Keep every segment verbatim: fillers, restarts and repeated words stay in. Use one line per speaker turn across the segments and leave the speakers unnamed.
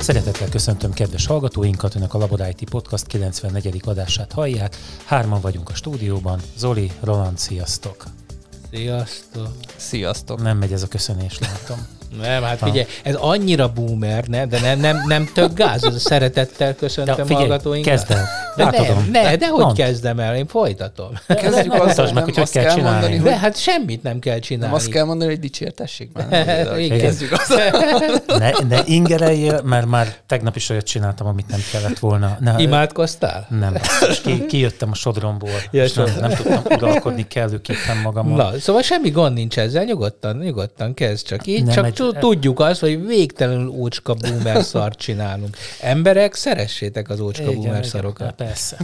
Szeretettel köszöntöm kedves hallgatóinkat, önök a Labor i té Podcast kilencvennegyedik adását hallják. Hárman vagyunk a stúdióban. Zoli, Roland, sziasztok!
Sziasztok!
Sziasztok!
Nem megy ez a köszönés, látom.
Nem, hát figyelj, ez annyira boomer, ne, de nem, nem, nem tök gáz, ez a szeretettel köszöntöm
figyelj,
hallgatóinkat.
kezd el.
De
Átadom.
ne, ne, de hogy
Mondd.
kezdem el, én folytatom.
Kezdjük azzal,
meg, hogy hogy kell csinálni.
mondani,
De
hogy
hát semmit nem kell csinálni.
nem azt kell mondani, hogy dicsértessék már. Nem,
Igen.
kezdjük azzal.
Ne, ne ingereljél, mert már tegnap is olyat csináltam, amit nem kellett volna. Ne,
Imádkoztál?
Nem, basszus, ki, kijöttem a sodromból,
Ja,
és nem, nem tudtam uralkodni kellőképpen magamon.
Na, szóval semmi gond nincs ezzel, nyugodtan, nyugodtan kezd csak így,
Nem
csak
egy-
egy... tudjuk azt, hogy végtelenül ócska boomer szart csinálunk. Emberek, szeressétek az ócska
Igen,
boomer
igen,
szarokat.
persze.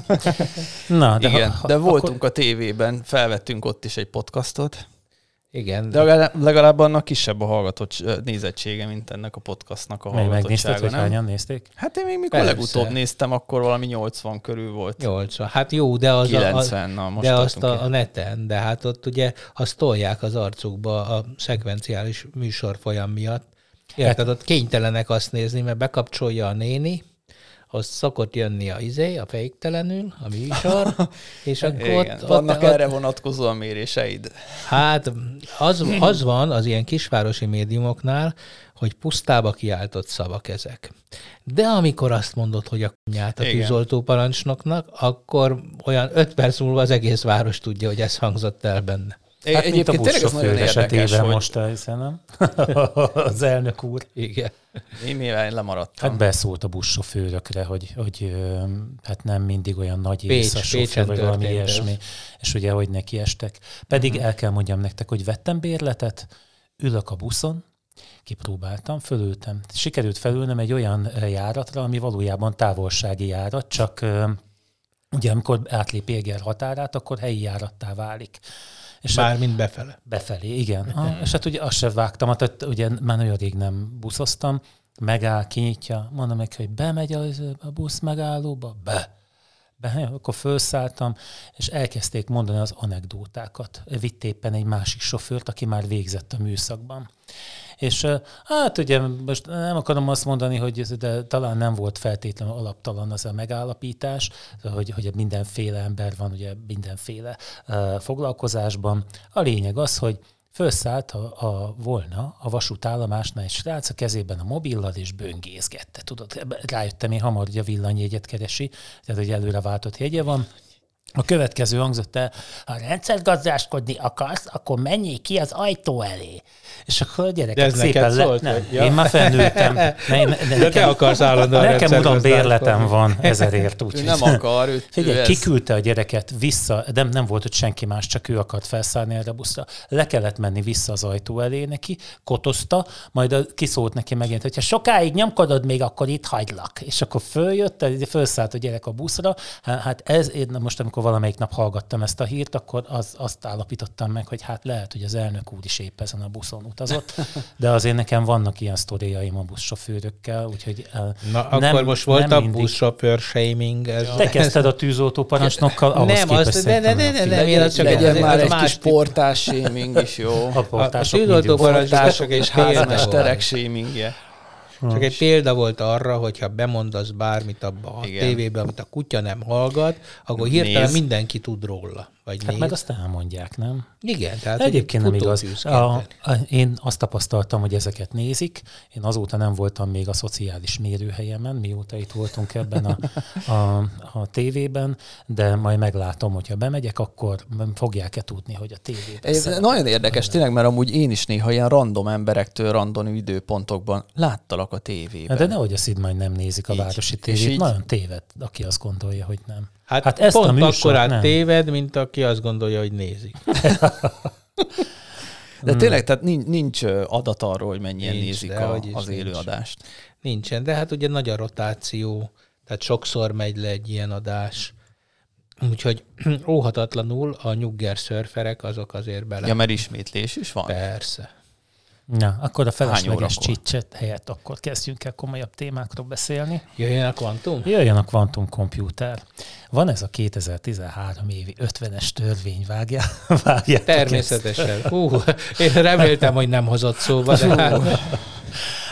Na, de,
Igen,
ha,
de
ha,
voltunk a tévében, felvettünk ott is egy podcastot,
Igen.
de legalább, legalább annak kisebb a hallgatott nézettsége, mint ennek a podcastnak a
Még megnézted,
hallgatottsága,
hogy
nem?
hányan nézték?
Hát én még mikor
Persze.
legutóbb néztem, akkor valami nyolcvan körül volt.
nyolcvan. Hát jó, de az a,
kilencven, na most
de azt
tartunk
a, a neten, de hát ott ugye azt tolják az arcukba a szekvenciális műsorfolyam miatt. Érted, ott kénytelenek azt nézni, mert bekapcsolja a néni, az szokott jönni a izé, a fejtelenül, a műsor, és akkor
Igen,
ott,
vannak
ott,
erre vonatkozóan méréseid.
Hát az, az van az ilyen kisvárosi médiumoknál, hogy pusztába kiáltott szavak ezek. De amikor azt mondod, hogy a kunyát a
Igen.
tűzoltóparancsnoknak, akkor olyan öt perc múlva az egész város tudja, hogy ez hangzott el benne.
Hát mint a
Egyébként tényleg ez nagyon
buszsofőr
érdekes,
esetében
hogy
most, hiszen nem? Az elnök úr.
Igen.
én mivel lemaradtam.
Hát beszólt a buszsofőrökre, hogy, hogy ö, hát nem mindig olyan nagy
Pécs,
ész a
Pécsen
sofőr, vagy valami
történt ez.
ilyesmi, és ugye, hogy neki estek. Pedig el kell mondjam nektek, hogy vettem bérletet, ülök a buszon, kipróbáltam, fölültem. Sikerült felülnem egy olyan járatra, ami valójában távolsági járat, csak ö, ugye amikor átlépi Eger határát, akkor helyi járattá válik. És hát-
Bármint befele.
Befelé, igen. Ah, és hát ugye azt sem vágtam, hát ugye már nagyon rég nem buszoztam, megáll, kinyitja, mondom neki, hogy bemegy a, a busz megállóba, be. be. Akkor felszálltam, és elkezdték mondani az anekdótákat. Vitt éppen egy másik sofőrt, aki már végzett a műszakban. És hát ugye most nem akarom azt mondani, hogy de talán nem volt feltétlenül alaptalan az a megállapítás, hogy, hogy mindenféle ember van ugye mindenféle uh, foglalkozásban. A lényeg az, hogy felszállt a, a volna a vasútállomásnál egy srác a kezében a mobillal, és böngészgette. Tudod, rájöttem én hamar, hogy a villanyjegyet keresi, tehát hogy előre váltott jegye van. A következő hangzott el, ha rendszergazdáskodni akarsz, akkor menjél ki az ajtó elé. És akkor a gyerekek szépen le...
szólt,
Nem,
vagy? Ja.
én már felnőttem. Ne, ne, ne,
De
nekem,
te akarsz állandóan
nekem uram
rendszergazdálkodni.
bérletem van ezerért.
Ő
Úgyhogy.
nem akar, ő,
Figyelj,
ő
kiküldte a gyereket vissza, de nem volt ott senki más, csak ő akart felszállni erre a buszra. Le kellett menni vissza az ajtó elé neki, kotozta, majd a, kiszólt neki megint, hogy ha sokáig nyomkodod, még akkor itt hagylak. És akkor följött, felszállt a gyerek a buszra. Hát ez, én most amikor valamelyik nap hallgattam ezt a hírt, akkor az, azt állapítottam meg, hogy hát lehet, hogy az elnök úr is épp ezen a buszon utazott, de azért nekem vannak ilyen sztoriaim a buszsofőrökkel, úgyhogy
Na,
nem,
akkor most volt
nem
a
mindig.
buszsofőr shaming. Ez
Te kezdted a tűzoltóparancsnokkal, ahhoz
Nem,
képest
azt- de- de-
szerintem
de-
olyan
de-
figyelj.
én az csak-
legyen
ez-
már
ez
egy
más
kis
típus.
portás shaming is jó.
A portások
A
mindig
tűzoltó
jó.
parancs-
Portások
csak
és
egy példa
házmesterek
volt.
shamingje.
Csak egy példa volt arra, hogyha bemondasz bármit abba a
Igen.
tévében, amit a kutya nem hallgat, akkor hirtelen
Nézd.
mindenki tud róla. Vagy
Hát
néz.
meg azt elmondják, nem?
Igen, tehát
Egyébként nem igaz.
futótűz
A,
kérdeni.
a, én azt tapasztaltam, hogy ezeket nézik. Én azóta nem voltam még a szociális mérőhelyemen, mióta itt voltunk ebben a, a, a tévében, de majd meglátom, hogyha bemegyek, akkor fogják-e tudni, hogy a tévében
Ez
szerepel.
nagyon érdekes tényleg, mert amúgy én is néha ilyen random emberektől random időpontokban láttalak a tévében.
De nehogy azt hidd, majd nem nézik a
Így.
városi
És
tévét.
így-
Nagyon téved, aki azt gondolja, hogy nem.
Hát,
Hát
hát
ezt a
pont
műsort
akkorát
nem.
téved, mint aki azt gondolja, hogy nézik.
De tényleg, tehát nincs, nincs ö, adat arról, hogy mennyien
Nincs,
nézik
de
a,
hogy is
az
nincs.
élőadást.
Nincsen, de hát ugye nagy a rotáció, tehát sokszor megy le egy ilyen adás. Úgyhogy óhatatlanul a nyugger szörferek azok azért bele.
Ja, mert ismétlés is van.
Persze.
Na, akkor a felesleges
órakor?
csicset helyett akkor kezdjünk el komolyabb témákról beszélni.
Jöjjön a kvantum?
Jöjjön a Quantum Computer. Van ez a kétezer-tizenhárom évi ötvenes törvény, vágja, vágjátok
Természetesen. Hú, én reméltem, hogy nem hozott szóba, de hát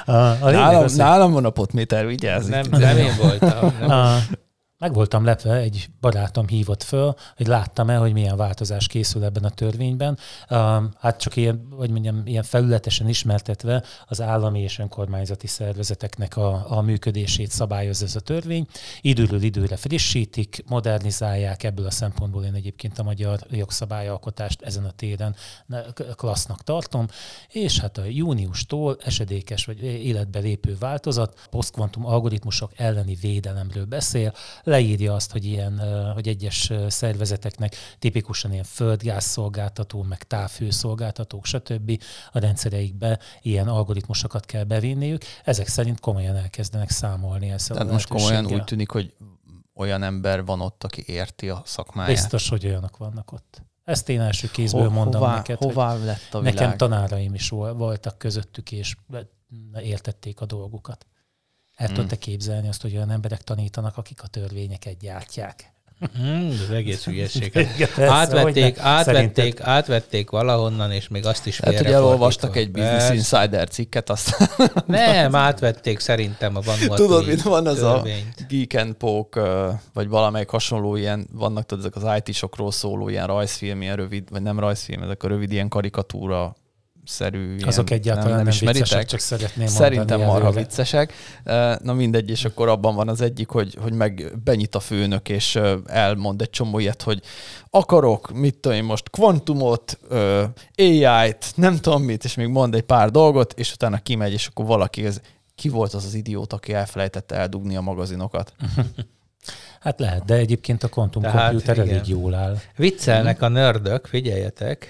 A, a
nálam,
az,
nálam van a potméter, vigyázz.
Nem, nem én voltam. Nem.
A, meg voltam lepve, egy barátom hívott föl, hogy láttam-e, hogy milyen változás készül ebben a törvényben. Hát csak ilyen, hogy mondjam, ilyen felületesen ismertetve az állami és önkormányzati szervezeteknek a, a működését szabályozza ez a törvény. Időről időre frissítik, modernizálják, ebből a szempontból én egyébként a magyar jogszabályalkotást ezen a téren klassznak tartom, és hát a júniustól esedékes vagy életbe lépő változat, posztkvantum algoritmusok elleni védelemről beszél, leírja azt, hogy, ilyen, hogy egyes szervezeteknek tipikusan ilyen földgázszolgáltató, meg távhőszolgáltatók, stb. A rendszereikbe ilyen algoritmusokat kell bevinniük. Ezek szerint komolyan elkezdenek számolni ezzel.
Tehát most komolyan úgy tűnik, hogy olyan ember van ott, aki érti a szakmáját.
Biztos, hogy olyanok vannak ott. Ezt én első kézből
Ho,
mondom
hová,
neked.
Hová lett a világ?
Nekem tanáraim is voltak közöttük, és értették a dolgukat. El tudod te képzelni azt, hogy olyan emberek tanítanak, akik a törvényeket gyártják?
Hmm, ez egész hülyeség. Átvették, átvették, átvették valahonnan, és még azt is
félrefordítva. Hát, hogy elolvastak egy Business Insider cikket, aztán...
Nem, átvették szerintem a Vanuatu
Tudod, mit van az
törvényt.
A Geek and Poke, vagy valamelyik hasonló ilyen, vannak tudod, ezek az í té-sokról szóló ilyen rajzfilm, ilyen rövid, vagy nem rajzfilm, ezek a rövid ilyen karikatúra szerű.
Azok ilyen, egyáltalán nem, nem, nem viccesek, csak szeretném
Szerintem
mondani.
Szerintem marha viccesek. Na mindegy, és akkor abban van az egyik, hogy, hogy meg benyit a főnök, és elmond egy csomó ilyet, hogy akarok, mit tudom én most, kvantumot, á í-t, nem tudom mit, és még mond egy pár dolgot, és utána kimegy, és akkor valaki, ez, ki volt az az idiót, aki elfelejtette eldugni a magazinokat?
Hát lehet, de egyébként a quantum
Tehát,
computer
igen.
elég jól áll.
Viccelnek a nördök, figyeljetek.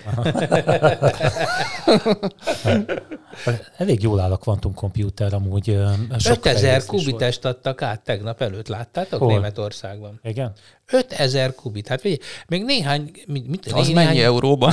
Elég jól áll a quantum computer amúgy.
ötezer kubitest adtak át tegnap előtt, láttátok? Hol? Németországban.
Igen?
ötezer kubit. Hát figyelj, még néhány... Mit,
az
néhány...
mennyi euróban?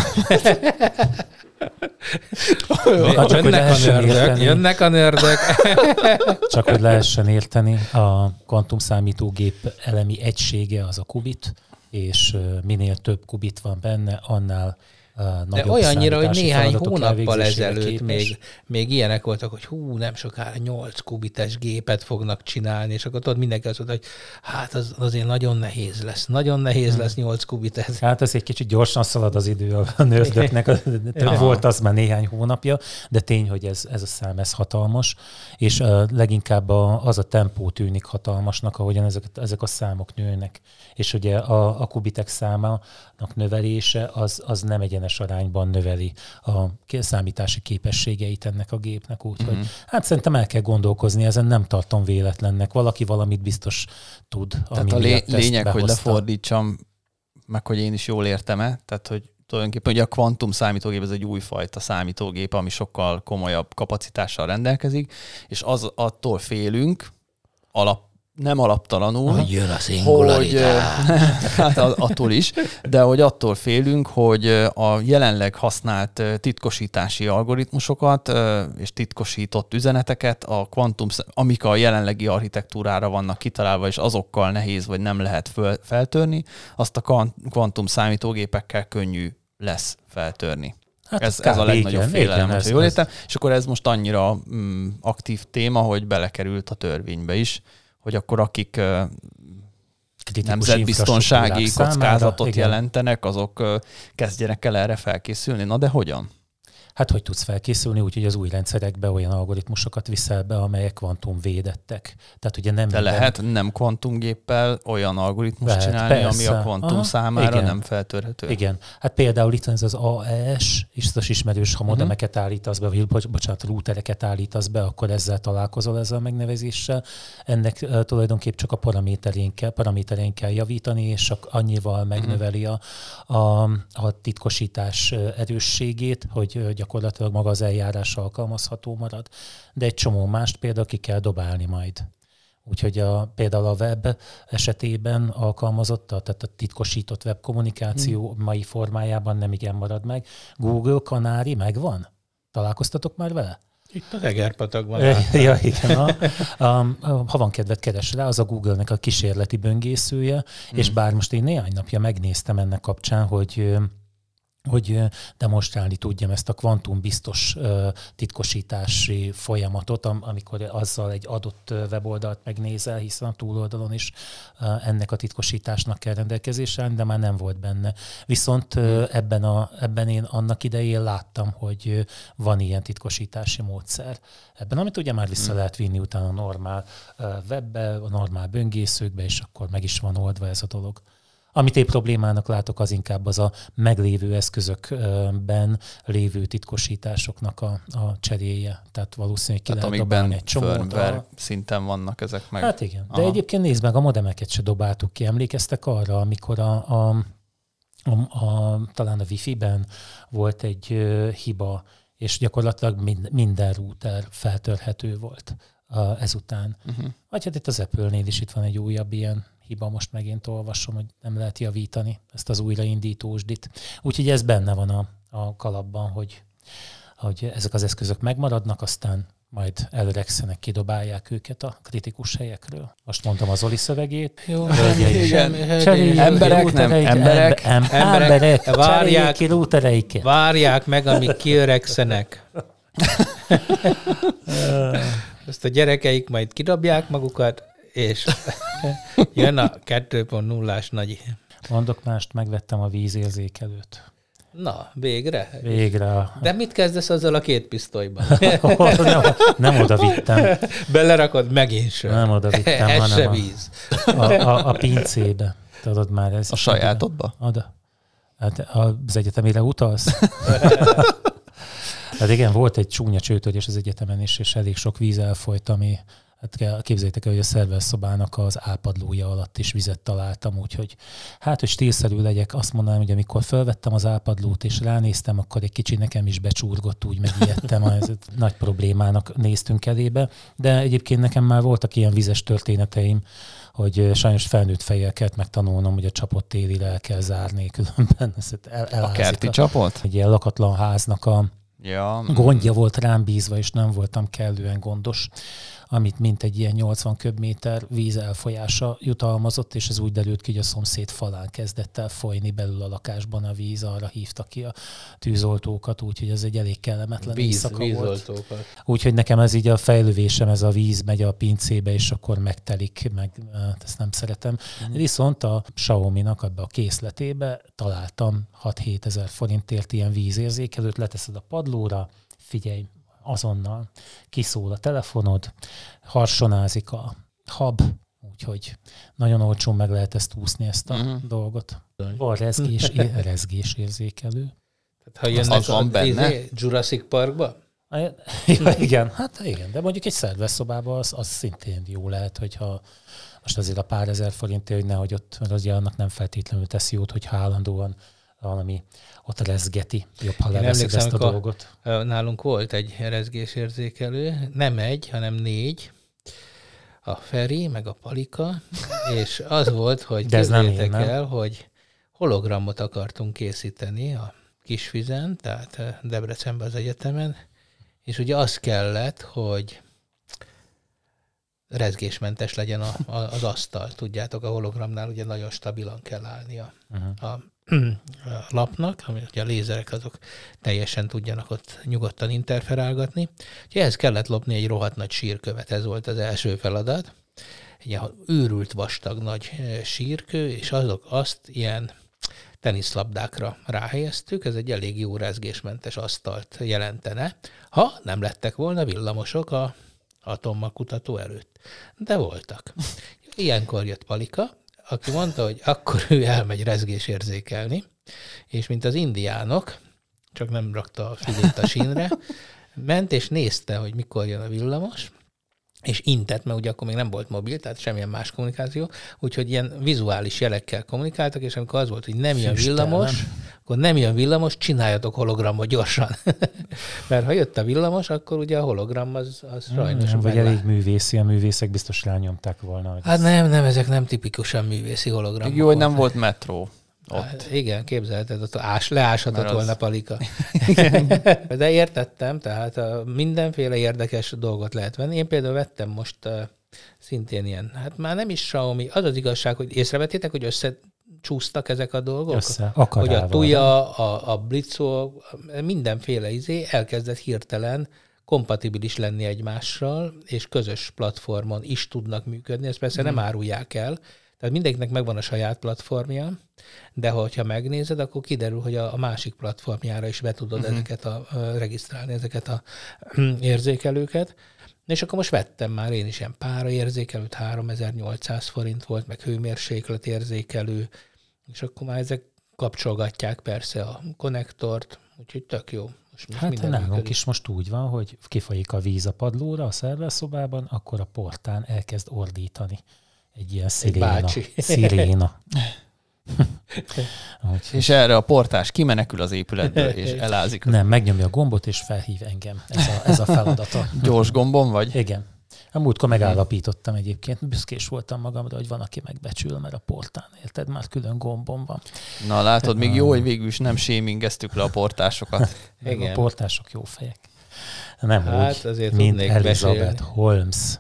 Ha, jönnek, a nördök, jönnek a nördök.
Csak hogy lehessen érteni, a kvantum számítógép elemi egysége az a kubit, és minél több kubit van benne, annál
de olyannyira, hogy néhány hónappal ezelőtt még, még ilyenek voltak, hogy hú, nem sokára nyolc kubites gépet fognak csinálni, és akkor tudod, mindenki azt mondta, hogy hát az azért nagyon nehéz lesz, nagyon nehéz hmm. lesz nyolc kubites.
Hát ez egy kicsit gyorsan szalad az idő a nördöknek, volt az már néhány hónapja, de tény, hogy ez, ez a szám, ez hatalmas, és uh, leginkább a, az a tempó tűnik hatalmasnak, ahogyan ezek, ezek a számok nőnek, és ugye a, a kubitek számának növelése az, az nem egyenes arányban növeli a számítási képességeit ennek a gépnek, úgyhogy mm-hmm. hát szerintem el kell gondolkozni, ezen nem tartom véletlennek. Valaki valamit biztos tud.
Tehát a lé- lényeg, hogy lefordítsam, meg hogy én is jól értem-e, tehát hogy tulajdonképpen ugye a kvantum számítógép ez egy újfajta számítógép, ami sokkal komolyabb kapacitással rendelkezik, és az attól félünk, alap nem alaptalanul,
hogy jön a szingularitás.
Hát attól is, de hogy attól félünk, hogy a jelenleg használt titkosítási algoritmusokat és titkosított üzeneteket, a kvantum, amik a jelenlegi architektúrára vannak kitalálva, és azokkal nehéz vagy nem lehet föl, feltörni, azt a kvantum számítógépekkel könnyű lesz feltörni. Hát ez, ez a legnagyobb félelem, hogy jól értem. És akkor ez most annyira mm, aktív téma, hogy belekerült a törvénybe is, hogy akkor akik kritikus nemzetbiztonsági kockázatot számára, jelentenek, azok kezdjenek el erre felkészülni. Na de hogyan?
Hát hogy tudsz felkészülni? Úgyhogy az új rendszerekbe olyan algoritmusokat viszel be, amelyek kvantumvédettek. Tehát ugye nem
de minden... lehet nem kvantumgéppel olyan algoritmus lehet, csinálni, persze. Ami a kvantum Aha, számára igen. nem feltörhető.
Igen. Hát például itt van ez az á e es, biztos ismerős, ha modemeket uh-huh. állítasz be, vagy bocsánat, routereket állítasz be, akkor ezzel találkozol ezzel a megnevezéssel. Ennek uh, tulajdonképp csak a paraméterén kell, paraméterén kell javítani, és csak annyival megnöveli a, a, a titkosítás erősségét, hogy gyakorlatilag maga az eljárás alkalmazható marad, de egy csomó mást például ki kell dobálni majd. Úgyhogy a, például a web esetében alkalmazott, tehát a titkosított webkommunikáció hmm. mai formájában nem igen marad meg. Google Canary megvan? Találkoztatok már vele?
Itt a Egerpatakban.
Ja, igen. A, a, a, ha van kedved, keres rá, az a Google-nek a kísérleti böngészője, hmm. és bár most én néhány napja megnéztem ennek kapcsán, hogy hogy demonstrálni tudjam ezt a kvantumbiztos titkosítási folyamatot, amikor azzal egy adott weboldalt megnézel, hiszen a túloldalon is ennek a titkosításnak kell rendelkezésre állni, de már nem volt benne. Viszont ebben, a, ebben én annak idején láttam, hogy van ilyen titkosítási módszer. Ebben, amit ugye már vissza lehet vinni utána a normál webbe, a normál böngészőkbe, és akkor meg is van oldva ez a dolog. Amit én problémának látok, az inkább az a meglévő eszközökben lévő titkosításoknak a, a cseréje. Tehát valószínűleg ki lehet dobálni egy csomót. A...
szinten vannak ezek meg.
Hát igen. Aha. De egyébként nézd meg, a modemeket se dobáltuk ki. Emlékeztek arra, amikor a, a, a, a talán a Wi-Fi-ben volt egy uh, hiba, és gyakorlatilag mind, minden router feltörhető volt uh, ezután. Uh-huh. Vagy hát itt az Apple-nél is itt van egy újabb ilyen hiba, most megint olvasom, hogy nem lehet javítani ezt az újraindítósdit. Úgyhogy ez benne van a, a kalapban, hogy, hogy ezek az eszközök megmaradnak, aztán majd előregszenek, kidobálják őket a kritikus helyekről. Most mondtam az Oli szövegét.
Jó,
igen.
Emberek, nem, emberek.
Em, emberek,
várják,
ki rútereiket.
Várják meg, amíg kiöregszenek. Ezt a gyerekeik majd kidobják magukat, és jön a kettő pont nullás nagy.
Mondok mást, megvettem a vízérzékelőt.
Na, végre?
Végre.
De mit kezdesz azzal a két pisztolyban?
nem, nem oda vittem.
Belerakod megint sem.
Nem oda vittem,
ez
hanem
se
a,
víz.
A, a, a pincébe. Tudod már ez.
A sajátodba?
Oda. Hát az egyetemére utalsz? Hát igen, volt egy csúnya csőtörés az egyetemen is, és elég sok víz elfolyt, ami hát képzeljétek el, hogy a szerverszobának az ápadlója alatt is vizet találtam, úgyhogy hát, hogy stílszerű legyek, azt mondanám, hogy amikor felvettem az ápadlót és ránéztem, akkor egy kicsit nekem is becsurgott, úgy megijedtem, ez nagy problémának néztünk elébe, de egyébként nekem már voltak ilyen vizes történeteim, hogy sajnos felnőtt fejjel kellett megtanulnom, hogy a csapot télire el kell zárni, különben el,
a kerti a, csapot?
Egy ilyen lakatlan háznak a
ja.
gondja volt rám bízva, és nem voltam kellően gondos, amit mint egy ilyen nyolcvan köbméter víz elfolyása jutalmazott, és ez úgy derült ki, hogy a szomszéd falán kezdett el folyni belül a lakásban a víz, arra hívta ki a tűzoltókat, úgyhogy ez egy elég kellemetlen
víz,
éjszaka volt. Úgyhogy nekem ez így a fejlővésem, ez a víz megy a pincébe, és akkor megtelik, meg ezt nem szeretem. Mm. Viszont a Xiaomi-nak abba a készletébe találtam hat-hét ezer forintért ilyen vízérzékelőt, leteszed a padlóra, figyelj, azonnal kiszól a telefonod, harsonázik a hab, úgyhogy nagyon olcsón meg lehet ezt úszni, ezt a uh-huh. dolgot. Van rezgés, rezgés érzékelő.
Tehát ha jönnek az van benne? Jurassic Parkba?
Ja, igen, hát igen, de mondjuk egy szervesszobában az, az szintén jó lehet, hogyha most azért a pár ezer forintért, hogy nehogy ott, mert az annak nem feltétlenül teszi jót, hogy állandóan valami ott rezgeti, jobb, ha leveszed ezt a dolgot.
Nálunk volt egy rezgésérzékelő, nem egy, hanem négy, a Feri, meg a Palika, és az volt, hogy képzeljétek el, hogy hologramot akartunk készíteni a Kisvizen, tehát Debrecenben az egyetemen, és ugye az kellett, hogy rezgésmentes legyen a, a, az asztal. Tudjátok, a hologramnál ugye nagyon stabilan kell állni a, uh-huh. a a lapnak, ami ugye a lézerek azok teljesen tudjanak ott nyugodtan interferálgatni. Úgyhogy ehhez kellett lopni egy rohadt nagy sírkövet, ez volt az első feladat. Egy őrült vastag nagy sírkő, és azok azt ilyen teniszlabdákra ráhelyeztük, ez egy elég jó rezgésmentes asztalt jelentene, ha nem lettek volna villamosok a atommagkutató előtt. De voltak. Ilyenkor jött Palika, aki mondta, hogy akkor ő elmegy rezgésérzékelni, és mint az indiánok, csak nem rakta a fülét a sínre, ment és nézte, hogy mikor jön a villamos, és intett, mert ugye akkor még nem volt mobil, tehát semmilyen más kommunikáció, úgyhogy ilyen vizuális jelekkel kommunikáltak, és amikor az volt, hogy nem jön villamos, akkor nem jön villamos, csináljatok hologramot gyorsan. Mert ha jött a villamos, akkor ugye a hologram az, az sajnos...
Nem, vagy elég művészi, a művészek biztos rányomták volna.
Hát nem, nem, ezek nem tipikusan művészi hologramok.
Jó, hogy nem volt metró.
Hát, igen, képzelted, ott ás, leáshatott volna az... Palika. De értettem, tehát a mindenféle érdekes dolgot lehet venni. Én például vettem most uh, szintén ilyen, hát már nem is Xiaomi, az az igazság, hogy észrevettétek, hogy össze csúsztak ezek a dolgok.
Össze,
hogy a Tuya, a, a Blitzó, mindenféle izé elkezdett hirtelen kompatibilis lenni egymással, és közös platformon is tudnak működni. Ezt persze hmm. nem árulják el. Tehát mindenkinek megvan a saját platformja, de ha megnézed, akkor kiderül, hogy a, a másik platformjára is be tudod uh-huh. ezeket a, a regisztrálni, ezeket a érzékelőket. És akkor most vettem már én is ilyen páraérzékelőt, háromezer-nyolcszáz forint volt, meg hőmérséklet érzékelő, és akkor már ezek kapcsolgatják persze a konnektort, úgyhogy tök jó. Most, most
hát nálunk is most úgy van, hogy kifolyik a víz a padlóra a szerverszobában, akkor a portán elkezd ordítani. Egy ilyen sziréna. Sziréna.
És erre a portás kimenekül az épületből, és elázik.
Nem, megnyomja a gombot, és felhív engem. Ez a, ez a feladata.
Gyors gombon vagy?
Igen. A múltkor megállapítottam egyébként, büszkés voltam magamra, hogy van, aki megbecsül, mert a portán, érted, már külön gombom van.
Na látod, még jó, hogy végül is nem shamingeztük le a portásokat.
Igen. A portások jó fejek. Nem
hát,
úgy, mint Elizabeth beszélni. Holmes.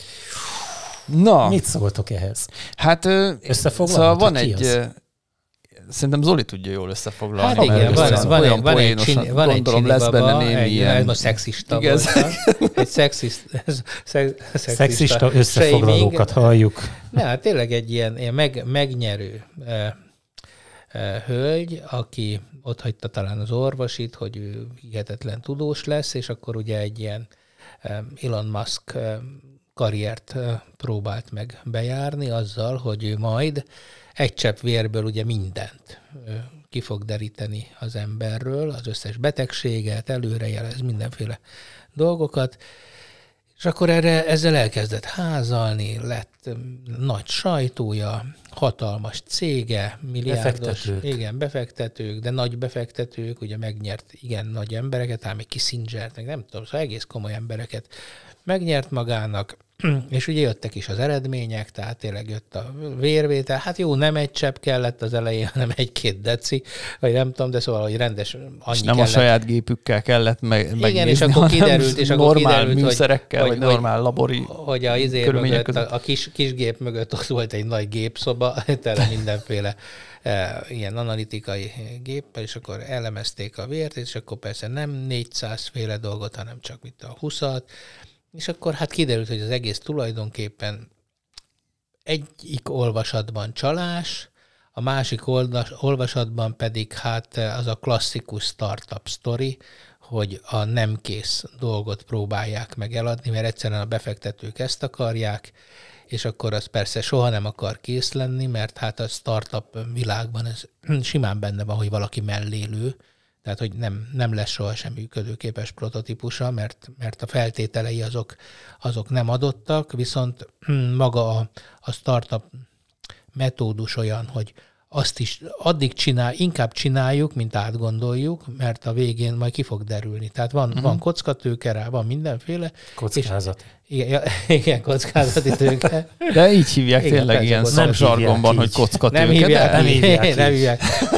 Na.
Mit szóltok ehhez?
Hát
szóval
van egy... Az? Szerintem Zoli tudja jól összefoglalni.
Hát igen, van, van, van, van egy csini, van egy csini lesz baba, benne egy, ilyen... ez most szexista volt. Egy szexist, ez, szex, szexista,
szexista összefoglalókat halljuk.
Ne, hát tényleg egy ilyen, ilyen meg, megnyerő eh, eh, hölgy, aki ott hagyta talán az orvosit, hogy ő hihetetlen tudós lesz, és akkor ugye egy ilyen eh, Elon Musk eh, karriert próbált meg bejárni azzal, hogy ő majd egy csepp vérből ugye mindent ki fog deríteni az emberről, az összes betegséget, előrejelez mindenféle dolgokat, és akkor erre, ezzel elkezdett házalni, lett nagy sajtója, hatalmas cége, milliárdos,
befektetők.
Igen, befektetők, de nagy befektetők, ugye megnyert igen nagy embereket, ám egy Kissingert, meg nem tudom, szóval egész komoly embereket megnyert magának, és ugye jöttek is az eredmények, tehát tényleg jött a vérvétel. Hát jó, nem egy csepp kellett az elején, hanem egy-két deci, vagy nem tudom, de szóval, hogy rendes annyi
és nem
kellett.
A saját gépükkel kellett meg, megnézni,
igen, és akkor kiderült, és akkor
normál
kiderült,
műszerekkel,
hogy,
vagy normál labori
hogy a, izé mögött, a, a kis, kis gép mögött ott volt egy nagy gépszoba, tele mindenféle e, ilyen analitikai géppel, és akkor elemezték a vért, és akkor persze nem négyszáz féle dolgot, hanem csak mint a huszat, és akkor hát kiderült, hogy az egész tulajdonképpen egyik olvasatban csalás, a másik olvasatban pedig hát az a klasszikus startup sztori, hogy a nem kész dolgot próbálják meg eladni, mert egyszerűen a befektetők ezt akarják, és akkor az persze soha nem akar kész lenni, mert hát a startup világban ez simán benne van, hogy valaki mellélő, tehát hogy nem, nem lesz sohasem működőképes prototípusa, mert, mert a feltételei azok, azok nem adottak, viszont maga a, a startup metódus olyan, hogy azt is addig csinál, inkább csináljuk, mint átgondoljuk, mert a végén majd ki fog derülni. Tehát van, uh-huh. van kockatőke rá, van mindenféle.
Kockázat.
És, igen, ja, igen, kockázati tőke.
De így hívják igen, tényleg ilyen szakzsargonban, hogy kockatőke.
Nem hívják,
nem hívják,
nem hívják.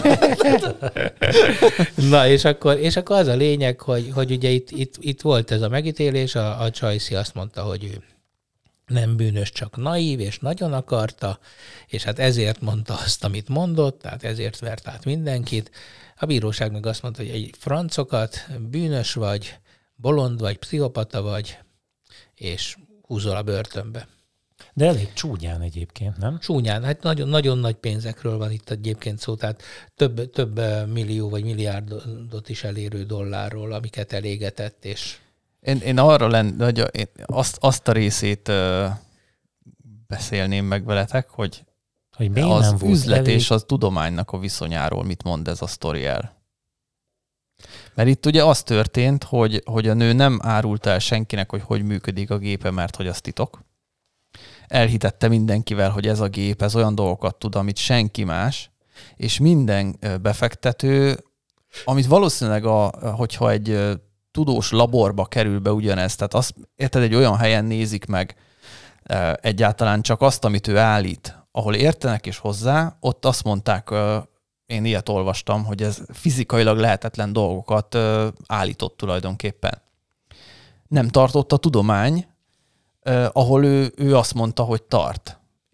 Na, és akkor, és akkor az a lényeg, hogy, hogy ugye itt, itt, itt volt ez a megítélés, a, a Csajci azt mondta, hogy ő nem bűnös, csak naív, és nagyon akarta, és hát ezért mondta azt, amit mondott, tehát ezért vert át mindenkit. A bíróság meg azt mondta, hogy egy francokat, bűnös vagy, bolond vagy, pszichopata vagy, és húzol a börtönbe.
De elég csúnyán egyébként, nem?
Csúnyán, hát nagyon, nagyon nagy pénzekről van itt egyébként szó, tehát több, több millió vagy milliárdot is elérő dollárról, amiket elégetett, és
Én, én arra lenne, hogy én azt, azt a részét uh, beszélném meg veletek, hogy,
hogy
az
nem volt
üzlet
elég...
és az tudománynak a viszonyáról mit mond ez a sztori el. Mert itt ugye az történt, hogy, hogy a nő nem árulta el senkinek, hogy hogy működik a gépe, mert hogy az titok. Elhitette mindenkivel, hogy ez a gép, ez olyan dolgokat tud, amit senki más, és minden befektető, amit valószínűleg, a, hogyha egy tudós laborba kerül be ugyanez, tehát azt, érted, egy olyan helyen nézik meg e, egyáltalán csak azt, amit ő állít, ahol értenek is hozzá, ott azt mondták, e, én ilyet olvastam, hogy ez fizikailag lehetetlen dolgokat e, állított tulajdonképpen. Nem tartott a tudomány, e, ahol ő, ő azt mondta, hogy tart.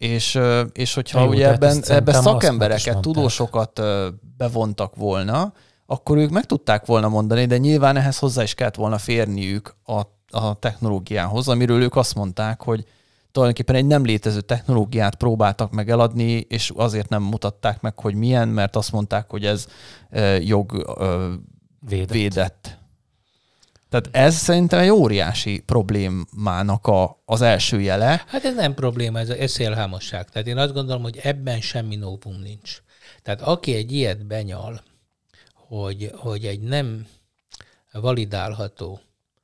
És, és hogyha
jó,
ugye ebben, ebben szakembereket, tudósokat bevontak volna, akkor ők meg tudták volna mondani, de nyilván ehhez hozzá is kellett volna férniük a, a technológiához, amiről ők azt mondták, hogy tulajdonképpen egy nem létező technológiát próbáltak meg eladni, és azért nem mutatták meg, hogy milyen, mert azt mondták, hogy ez jog védett. védett. Tehát ez szerintem egy óriási problémának a, az első jele.
Hát ez nem probléma, ez, ez szélhámosság. Tehát én azt gondolom, hogy ebben semmi novum nincs. Tehát aki egy ilyet benyal, hogy, hogy egy nem validálható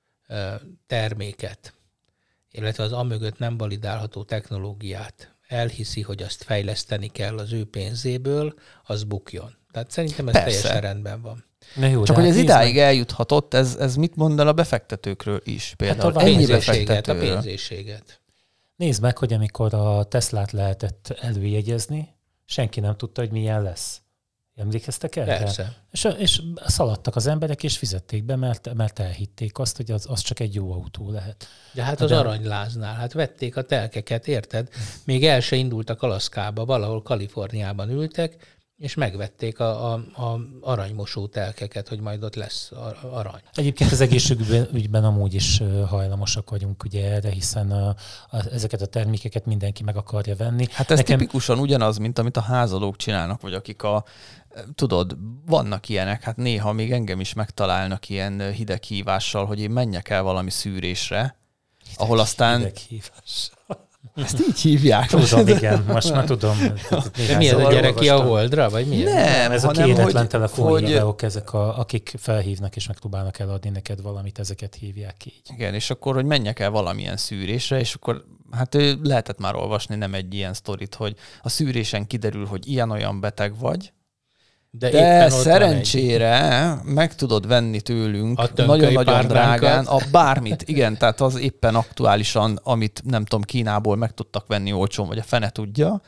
terméket, illetve az amögött nem validálható technológiát elhiszi, hogy azt fejleszteni kell az ő pénzéből, az bukjon. Tehát szerintem ez Persze. teljesen rendben van.
Jó, Csak hogy hát ez idáig meg... eljuthatott, ez, ez mit mond el a befektetőkről is? Például
hát a ennyi befektetőről. A pénzéséget.
Nézd meg, hogy amikor a Teslát lehetett előjegyezni, senki nem tudta, hogy milyen lesz. Emlékeztek erre?
Persze.
És, és szaladtak az emberek, és fizették be, mert, mert elhitték azt, hogy az, az csak egy jó autó lehet.
De hát az De... aranyláznál, hát vették a telkeket, érted? Még el se indultak Alaszkába, valahol Kaliforniában ültek, és megvették a, a, a aranymosó telkeket, hogy majd ott lesz arany.
Egyébként az egészségügyben amúgy is hajlamosak vagyunk ugye erre, hiszen a, a, ezeket a termékeket mindenki meg akarja venni.
Hát ez Nekem... tipikusan ugyanaz, mint amit a házadók csinálnak, vagy akik a, tudod, vannak ilyenek, hát néha még engem is megtalálnak ilyen hideghívással, hogy én menjek el valami szűrésre, Hideg, ahol aztán...
Hideghívás.
Ezt így hívják.
Tudom, igen, most már tudom.
De mi ez a gyereki a Holdra, vagy mi?
Nem, ez a kéretlen telefonhívók, ezek, a, akik felhívnak és megpróbálnak eladni neked valamit, ezeket hívják így.
Igen, és akkor, hogy menjek el valamilyen szűrésre, és akkor hát lehetett már olvasni nem egy ilyen sztorit, hogy a szűrésen kiderül, hogy ilyen-olyan beteg vagy, De, De szerencsére meg tudod venni tőlünk nagyon-nagyon drágán a bármit. Igen, tehát az éppen aktuálisan, amit nem tudom, Kínából meg tudtak venni olcsón, vagy a fene tudja.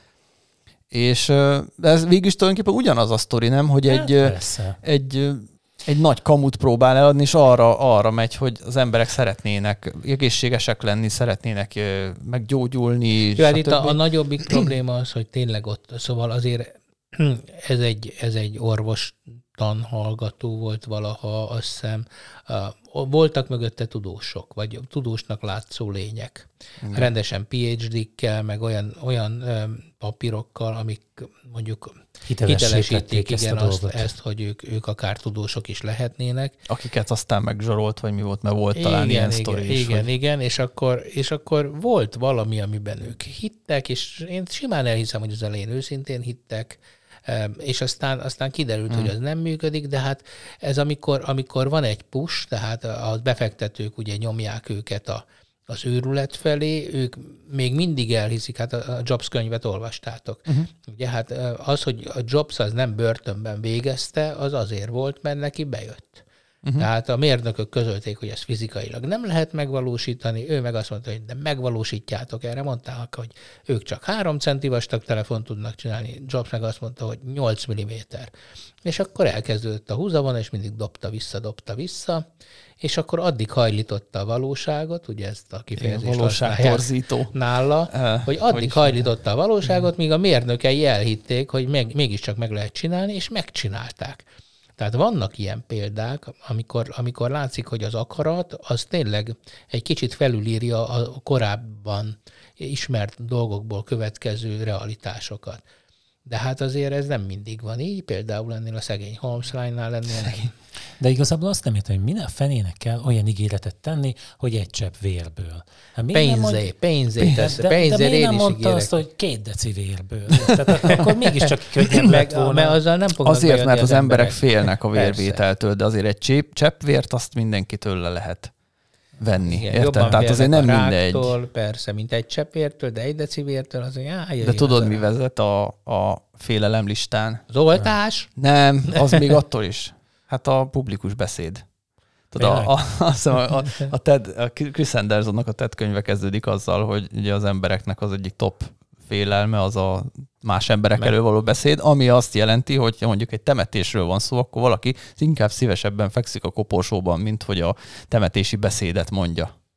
És ez végülis tulajdonképpen ugyanaz a sztori, nem? Hogy egy, egy, egy nagy kamut próbál eladni, és arra, arra megy, hogy az emberek szeretnének egészségesek lenni, szeretnének meggyógyulni.
Jó, hát itt a, a nagyobbik probléma az, hogy tényleg ott, szóval azért Ez egy, ez egy orvostan hallgató volt valaha, azt hiszem. Voltak mögötte tudósok, vagy tudósnak látszó lények. Igen. Rendesen pé há dé-kkel, meg olyan, olyan papírokkal, amik mondjuk hitelesítik igen, ezt, azt, ezt, hogy ők, ők akár tudósok is lehetnének.
Akiket aztán megzsarolt, vagy mi volt, mert volt talán igen, ilyen sztori
igen,
is.
Igen, hogy... igen, és akkor, és akkor volt valami, amiben ők hittek, és én simán elhiszem, hogy az elején őszintén hittek, és aztán, aztán kiderült, hmm. hogy az nem működik, de hát ez amikor, amikor van egy push, tehát a befektetők ugye nyomják őket a, az őrület felé, ők még mindig elhiszik, hát a Jobs könyvet olvastátok. Uh-huh. Ugye hát az, hogy a Jobs az nem börtönben végezte, az azért volt, mert neki bejött. Uh-huh. Tehát a mérnökök közölték, hogy ezt fizikailag nem lehet megvalósítani, ő meg azt mondta, hogy de megvalósítjátok, erre mondták, hogy ők csak három centi vastag telefont tudnak csinálni, Jobs meg azt mondta, hogy nyolc milliméter. És akkor elkezdődött a húzavona, és mindig dobta vissza, dobta vissza, és akkor addig hajlította a valóságot, ugye ezt a kifejezést
valóságtorzító
nála, uh, hogy addig hogy hajlította a valóságot, míg a mérnökei elhitték, hogy meg, mégiscsak meg lehet csinálni, és megcsinálták. Tehát vannak ilyen példák, amikor, amikor látszik, hogy az akarat az tényleg egy kicsit felülírja a korábban ismert dolgokból következő realitásokat. De hát azért ez nem mindig van így, például ennél a szegény Holmes Line-nál lennél.
De igazából azt nem értem, hogy minden fenének kell olyan ígéretet tenni, hogy egy csepp vérből. Hát
pénzé, mond... pénzé tesz,
de,
pénzé
de miért nem mondta ígérek. Azt, hogy két deci vérből? Tehát akkor mégiscsak könnyebb lett volna.
Mert azzal nem
azért, mert az, az emberek félnek a vérvételtől, de azért egy csepp, csepp vért azt mindenkitől le lehet venni. Igen, érted? Tehát azért nem mindegy.
Persze, mint egy cseppértől, de egy deci vértől azért áj,
de tudod, mi vezet a, a félelemlistán?
Az oltás?
Nem, az még attól is. Hát a publikus beszéd. Tudod, a, a, a, a, a, Ted, a Chris Andersonnak a TED könyve kezdődik azzal, hogy ugye az embereknek az egyik top félelme az a más emberek Meg. elől való beszéd, ami azt jelenti, hogy mondjuk egy temetésről van szó, akkor valaki inkább szívesebben fekszik a koporsóban, mint hogy a temetési beszédet mondja.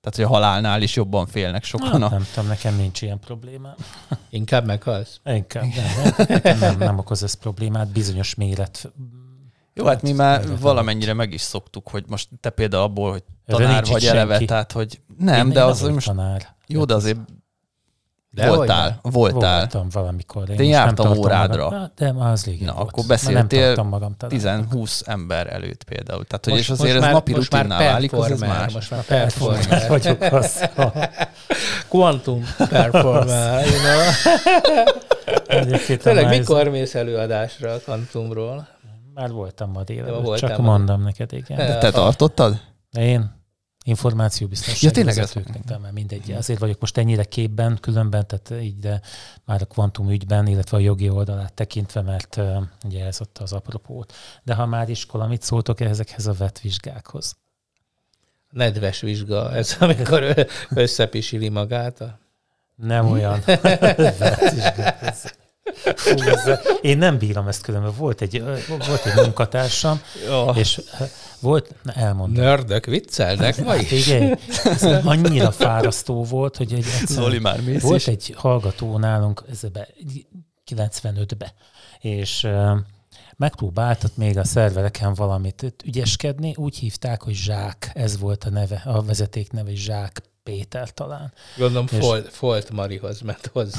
Tehát, hogy a halálnál is jobban félnek sokan.
Hát,
A...
nem tudom, nekem nincs ilyen problémám.
Inkább meghalsz?
Inkább nem, nem, nem, nem okoz ez problémát, bizonyos méret.
Jó, hát mi már
méret
valamennyire
alatt.
meg is szoktuk, hogy most te például abból, hogy
Erről
tanár
nincs
vagy
itt
eleve,
senki.
tehát, hogy nem,
Én
de
nem
az, hogy
vagyok
most...
tanár.
Jó, de azért
De
voltál, voltál.
Voltam valamikor.
Én
most
jártam
nem tartom
órádra.
Magam. De már az régen
Na,
volt.
akkor
Már nem
beszéltél
tartom magam talán.
tíz-húsz ember előtt például. Tehát, hogy
Most-
és azért
most
ez
már-
napi
most már
rutinná válik, az ez
performer,
más.
Most már
Performer
performer.
vagyok az.
Quantum performer, you know?
Egyébként
Tényleg,
már ez-
mikor mész előadásra a Quantumról?
Már voltam ma
Jó,
délelőtt,
voltál
csak
ma.
mondom neked, igen.
Ja.
Te tartottad?
Én információbiztonsági
Ja, tényleg ez?
vezetőknek, de már mindegy. Azért vagyok most ennyire képben, különben, tehát így, de már a kvantum ügyben, illetve a jogi oldalát tekintve, mert uh, ugye ez ott az apropót. De ha már iskola, mit szóltok ezekhez a vetvizsgákhoz?
Nedves vizsga, ez amikor ö- összepisili magát. A...
Nem olyan vetvizsgák. Ez- Fú, ez, én nem bírom ezt különben. Volt egy, volt egy munkatársam,
Oh.
és uh, volt, na, elmondom.
Nördök viccelnek ma is.
Igen, ez annyira fárasztó volt, hogy egy egyszerűen-
Zoli már mész
volt
is.
egy hallgató nálunk ezebe, kilencvenötbe, és uh, megpróbáltat még a szervereken valamit ügyeskedni, úgy hívták, hogy Zsák, ez volt a neve, a vezeték neve, Zsák Péter talán.
Gondolom
És-
Folt, Folt Marihoz ment hozzá.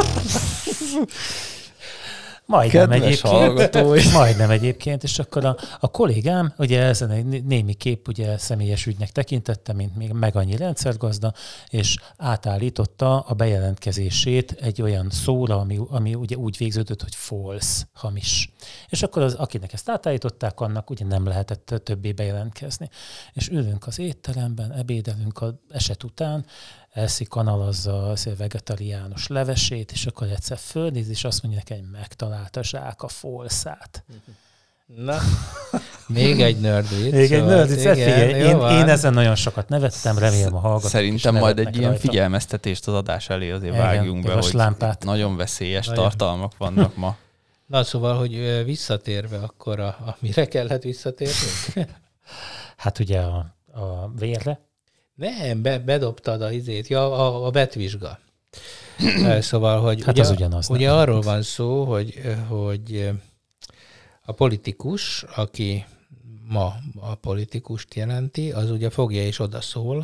Majdnem
Kedves
egyébként.
hallgatói.
Majdnem egyébként, és akkor a, a kollégám, ugye ezen egy némi kép ugye személyes ügynek tekintette, mint még meg annyi rendszergazda, és átállította a bejelentkezését egy olyan szóra, ami, ami ugye úgy végződött, hogy false, hamis. És akkor az, akinek ezt átállították, annak ugye nem lehetett többé bejelentkezni. És ülünk az étteremben, ebédelünk az eset után, elszik, kanalazza a vegetariánus levesét, és akkor egyszer fölnéz, és azt mondja neki, hogy megtalálta Zsák a folszát.
Na, még egy nerd vicc.
Még egy
volt.
nerd vicc,
Igen,
figyelj,
jó
én,
van.
én ezen nagyon sokat nevettem, remélem a hallgatók is
Szerintem majd egy
nevetnek
ilyen
rajta.
figyelmeztetést az adás elé azért
Igen,
vágjunk be,
piros
hogy
lámpát.
nagyon veszélyes
Nagyon.
tartalmak vannak ma.
Na szóval, hogy ö, visszatérve akkor, a, a mire kellett visszatérnünk?
Hát ugye a, a vérre.
Nem, be, bedobtad a izét, ja, a, a betvizsga. Szóval, hogy
Hát
ugye,
az ugyanaz,
ugye
nem?
arról van szó, hogy, hogy a politikus, aki ma a politikust jelenti, az ugye fogja és odaszól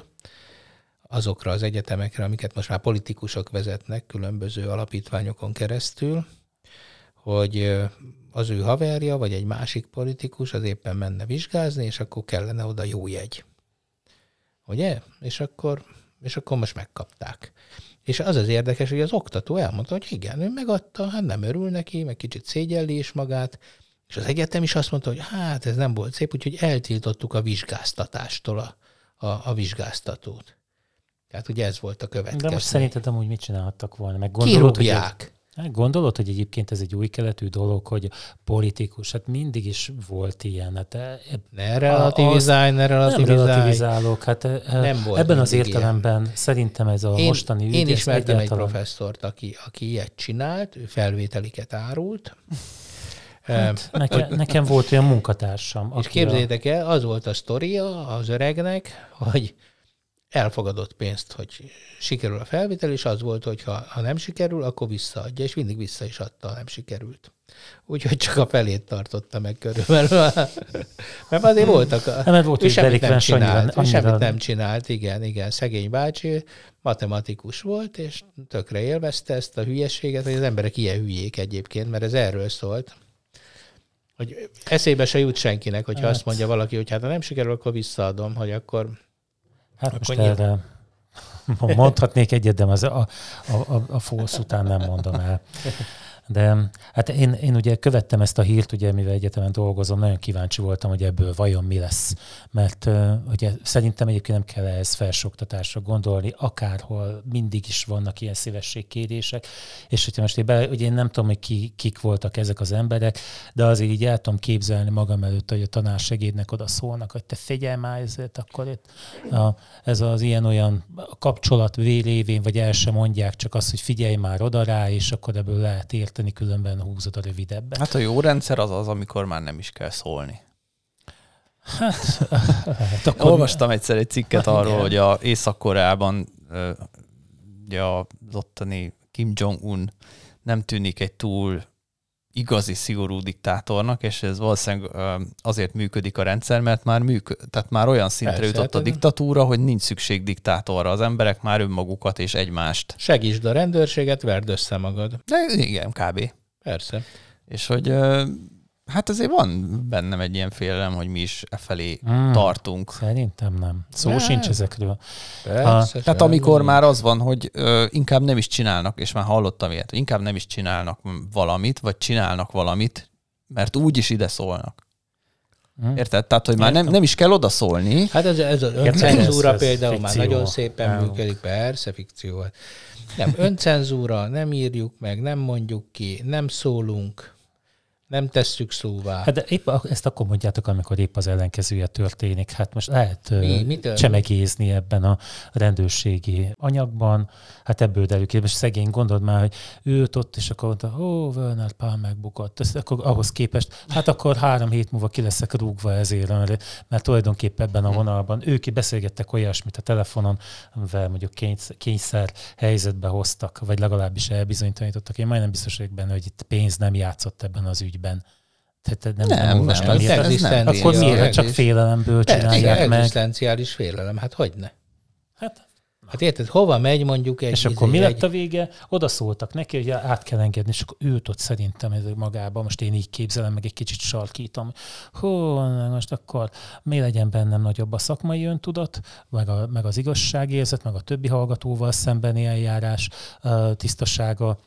azokra az egyetemekre, amiket most már politikusok vezetnek különböző alapítványokon keresztül, hogy az ő haverja, vagy egy másik politikus az éppen menne vizsgázni, és akkor kellene oda jó jegy. Ugye? És akkor, és akkor most megkapták. És az az érdekes, hogy az oktató elmondta, hogy igen, ő megadta, hát nem örül neki, meg kicsit szégyelli is magát, és az egyetem is azt mondta, hogy hát ez nem volt szép, úgyhogy eltiltottuk a vizsgáztatástól a, a, a vizsgáztatót. Tehát ugye ez volt a következő.
De most szerinted amúgy mit csinálhattak volna? Meg gondolod, hogy,
kirúgják.
hát gondolod, hogy egyébként ez egy új keletű dolog, hogy politikus, hát mindig is volt ilyen. Hát e-
Ne relativizálj, ne
nem
relativizálj.
relativizálok. Hát e-
Nem volt
ebben az
mindig
értelemben ilyen. Szerintem ez a
Én,
mostani ügy.
én
ez
ismertem egy
egyáltalán-
professzort, aki, aki ilyet csinált, ő felvételiket árult.
Hát, nekem, nekem volt olyan munkatársam.
És
aki
képzeljétek el, az volt a sztoria az öregnek, hogy elfogadott pénzt, hogy sikerül a felvétel, és az volt, hogy ha, ha nem sikerül, akkor visszaadja, és mindig vissza is adta, ha nem sikerült. Úgyhogy csak a felét tartotta meg körülbelül. Mert azért voltak. A,
Nem, mert volt,
ő
hogy
semmit nem
delikvens annyira-
csinált. Ő
annyira-
semmit nem csinált, igen, igen. Szegény bácsi matematikus volt, és tökre élvezte ezt a hülyeséget, hogy az emberek ilyen hülyék egyébként, mert ez erről szólt. Hogy eszébe se jut senkinek, hogyha
Hát.
azt mondja valaki, hogy hát ha nem sikerül, akkor visszaadom, hogy akkor...
Hát
Akkor
most
nyilván.
erre mondhatnék egyet, de az a, a, a, a falsz után nem mondom el. De hát én, én ugye követtem ezt a hírt, ugye, mivel egyetemen dolgozom, nagyon kíváncsi voltam, hogy ebből vajon mi lesz. Mert uh, ugye szerintem egyébként nem kell ehhez felsőoktatásra gondolni, akárhol mindig is vannak ilyen szívességkérések, és hogyha most én, be, ugye én nem tudom, hogy ki, kik voltak ezek az emberek, de azért így el tudom képzelni magam előtt, hogy a tanársegédnek oda szólnak, hogy te figyelj már ezért, akkor itt a, ez az ilyen-olyan kapcsolat révén, vagy el sem mondják, csak azt, hogy figyelj már oda rá, és akkor ebből lehet érteni, különben húzod a rövidebbe.
Hát a jó rendszer az az, amikor már nem is kell szólni.
Hát, lehet, akkor...
Olvastam egyszer egy cikket
hát,
arról,
igen.
hogy a Észak-Koreában ugye az ottani Kim Jong-un nem tűnik egy túl igazi, szigorú diktátornak, és ez valószínűleg azért működik a rendszer, mert már, működ, tehát már olyan szintre
Persze,
jutott a
hát
diktatúra, hogy nincs szükség diktátorra. Az emberek már önmagukat és egymást.
Segítsd a rendőrséget, verd össze magad.
De igen, kb.
Persze.
És hogy hát azért van bennem egy ilyen félelem, hogy mi is e felé
Hmm.
tartunk.
Szerintem nem. Szó
Nem.
sincs ezekről.
Persze.
Tehát amikor már az van, hogy ö, inkább nem is csinálnak, és már hallottam ilyet, hogy inkább nem is csinálnak valamit, vagy csinálnak valamit, mert úgy is ide szólnak.
Hmm.
Érted? Tehát, hogy már nem, nem is kell odaszólni.
Hát ez, ez az
Ez-
öncenzúra
ez
például már
fikció.
nagyon szépen
Nálunk.
működik. Persze, fikció. Nem, öncenzúra, nem írjuk meg, nem mondjuk ki, nem szólunk, nem tesszük szóvá.
Hát de épp a- ezt akkor mondjátok, amikor épp az ellenkezője történik. Hát most lehet
Mi?
ö,
Mitől?
csemegézni ebben a rendőrségi anyagban. Hát ebből derül ki. Most szegény, gondold már, hogy ült ott, és akkor mondta, ó, Werner Pál megbukott. Ezt akkor ahhoz képest, hát akkor három hét múlva ki leszek rúgva ezért, mert, mert tulajdonképpen ebben a vonalban ők beszélgettek olyasmit a telefonon, amivel mondjuk kényszer, kényszer helyzetbe hoztak, vagy legalábbis elbizonytalanítottak. Én majdnem biztos vagyok benne, hogy itt pénz nem játszott ebben az ügyben. Tehát nem,
Nem,
nem,
nem,
olvastam
ez
ilyet.
egzisztencia.
Akkor miért? Hát csak
Egész-
félelemből
Persze,
csinálják meg.
egzisztenciális félelem, hát hogyne?
Hát,
Hát érted, hova megy mondjuk egy...
és akkor mi
egy,
lett a vége? Oda szóltak neki, hogy át kell engedni, és akkor ült ott szerintem ez magában, most én így képzelem, meg egy kicsit sarkítom. Hú, most akkor mi legyen bennem nagyobb a szakmai öntudat, meg, a, meg az igazságérzet, meg a többi hallgatóval szembeni eljárás uh, tisztasága,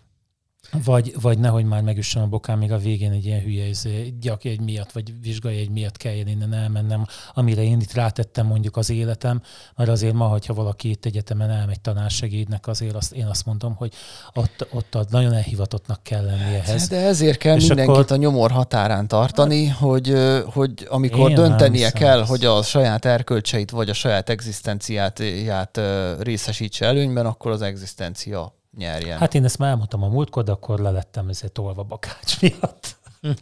Vagy, vagy nehogy már megüssön a bokám, még a végén egy ilyen hülye gyakorlás miatt, vagy vizsgai egy miatt kelljen innen elmennem, amire én itt rátettem mondjuk az életem, mert azért ma, hogyha valaki itt egyetemen elmegy tanársegédnek, azért azt, én azt mondom, hogy ott, ott nagyon elhivatottnak kell lenni ehhez.
De ezért kell
És
mindenkit
akkor-
a nyomor határán tartani, hogy, hogy amikor
Én
döntenie
nem
kell,
hiszem
hogy a saját erkölcseit vagy a saját egzisztenciáját részesítse előnyben, akkor az egzisztencia nyerjen.
Hát én ezt már elmondtam a múltkor, de akkor lelettem ezért tolva Bakács miatt.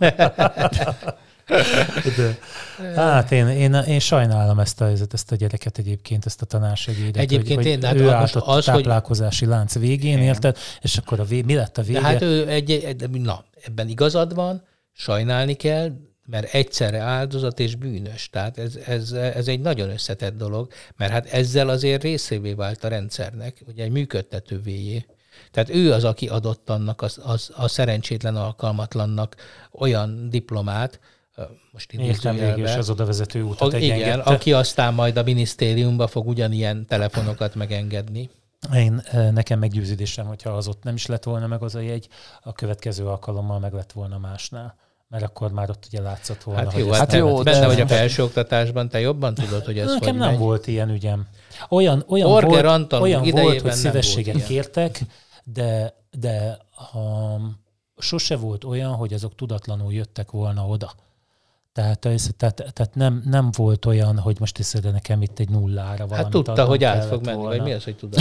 De, hát én, én, én sajnálom ezt a, ezt a gyereket egyébként, ezt a tanársegédet,
Egyébként
hogy,
én,
hogy
hát
ő
most
állt ott
az,
a
hogy-
táplálkozási lánc végén, érted? És akkor a vé, mi lett a vége?
De hát ő egy, egy, na, ebben igazad van, sajnálni kell, mert egyszerre áldozat és bűnös. Tehát ez, ez, ez egy nagyon összetett dolog, mert hát ezzel azért részévé vált a rendszernek, ugye egy működtetővéjé. Tehát ő az, aki adott annak az, az, a szerencsétlen alkalmatlannak olyan diplomát, most
Értem, végül is
idézőjelben,
az odavezető utat
a, igen,
engedte.
aki aztán majd a minisztériumba fog ugyanilyen telefonokat megengedni.
Én, nekem meggyőződésem, hogyha az ott nem is lett volna meg az a jegy, a következő alkalommal meg lett volna másnál. Mert akkor már ott ugye látszott volna,
Hát
hogy
jó,
ezt
hát
nem
jó,
lehet
benne
de-
vagy a felsőoktatásban, te jobban tudod, hogy ez
Nekem
hogy
nem
megy.
volt ilyen ügyem. Olyan, olyan
Orger
volt,
Antal
olyan volt,
idejében
hogy
nem
szívességet
volt ilyen.
kértek, de, de ha sose volt olyan, hogy azok tudatlanul jöttek volna oda. Tehát, ez, tehát, tehát nem, nem volt olyan, hogy most teszed nekem itt egy nullára valamit.
Hát tudta,
adnom
hogy át
kellett
fog menni,
volna.
vagy mi az, hogy tudod?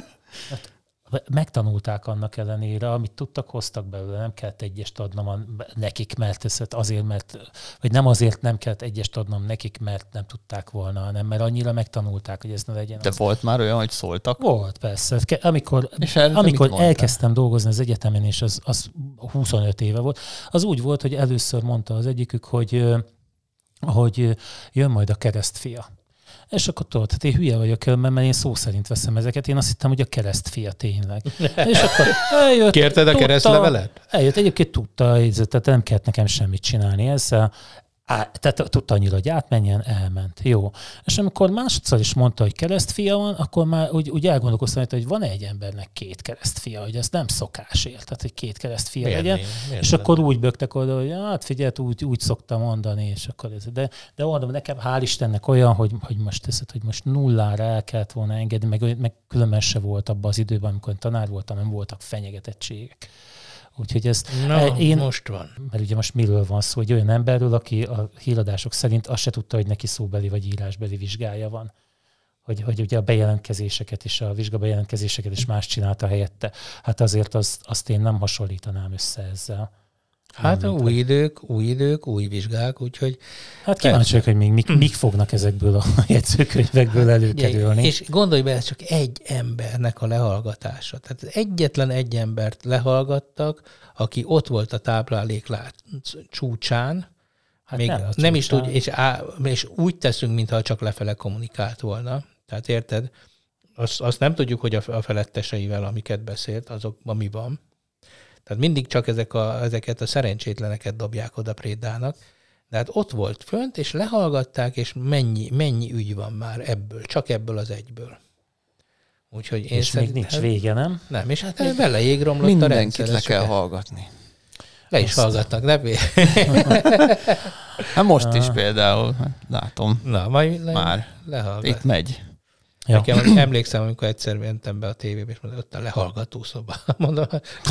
Megtanulták annak ellenére, amit tudtak, hoztak belőle. Nem kellett egyest adnom a, nekik, mert ez azért, mert, vagy nem azért nem kellett egyest adnom nekik, mert nem tudták volna, hanem mert annyira megtanulták, hogy ez ne legyen.
De
az.
volt már olyan, hogy szóltak?
Volt, persze. Ke- Amikor,
És erre te mit
amikor
mondtál?
elkezdtem dolgozni az egyetemen, és az, az huszonöt éve volt, az úgy volt, hogy először mondta az egyikük, hogy, ö, hogy ö, jön majd a keresztfia. És akkor tudod, hát én hülye vagyok, mert én szó szerint veszem ezeket, én azt hittem, hogy a keresztfia tényleg. És akkor eljött,
Kérted a
tudta-
keresztlevelet?
Eljött, egyébként tudta, tehát nem kellett nekem semmit csinálni ezzel. Á, tehát tudta annyira, hogy átmenjen, elment. Jó. És amikor másodszor is mondta, hogy keresztfia van, akkor már úgy, úgy elgondolkoztam, hogy van egy embernek két keresztfia, hogy ez nem szokás ért, tehát hogy két keresztfia
Miért
legyen.
nem? Miért
És
nem?
akkor úgy bögtek oda, hogy hát figyelj, úgy, úgy szoktam mondani, és akkor ez. De, de mondom, nekem hál' Istennek olyan, hogy, hogy most teszed, hogy most nullára el kellett volna engedni, meg, meg különben se volt abban az időben, amikor tanár voltam, nem voltak fenyegetettségek. Úgyhogy ez
Na,
én,
most van.
mert ugye most miről van szó, egy olyan emberről, aki a híradások szerint azt se tudta, hogy neki szóbeli vagy írásbeli vizsgája van. Hogy, hogy ugye a bejelentkezéseket is, a vizsgabejelentkezéseket is más csinálta helyette. Hát azért azt, azt én nem hasonlítanám össze ezzel.
Hát új idők, új idők, új vizsgák, úgyhogy...
Hát kíváncsiak, hogy még mik, mik fognak ezekből a jegyzőkönyvekből előkerülni.
És gondolj be, ez csak egy embernek a lehallgatása. Tehát egyetlen egy embert lehallgattak, aki ott volt a tápláléklát csúcsán, hát még nem, nem csúcsán. is tud, és, á, és úgy teszünk, mintha csak lefele kommunikált volna. Tehát érted? Azt, azt nem tudjuk, hogy a, a feletteseivel, amiket beszélt, azokban mi van. Tehát mindig csak ezek a, ezeket a szerencsétleneket dobják oda Prédának. De hát ott volt fönt, és lehallgatták, és mennyi, mennyi ügy van már ebből, csak ebből az egyből. Úgyhogy én
és még nincs vége, nem?
Nem, és hát vele jégromlott
mindenkit
a rendszer.
le kell hallgatni.
Le is Azt hallgatnak, ne
Hát most is például, látom.
Na, majd le,
már
lehallgat.
Itt megy.
Ja.
Nekem emlékszem, amikor egyszer mentem be a tévébe, és mondom, ott a lehallgató szoba. Mondom.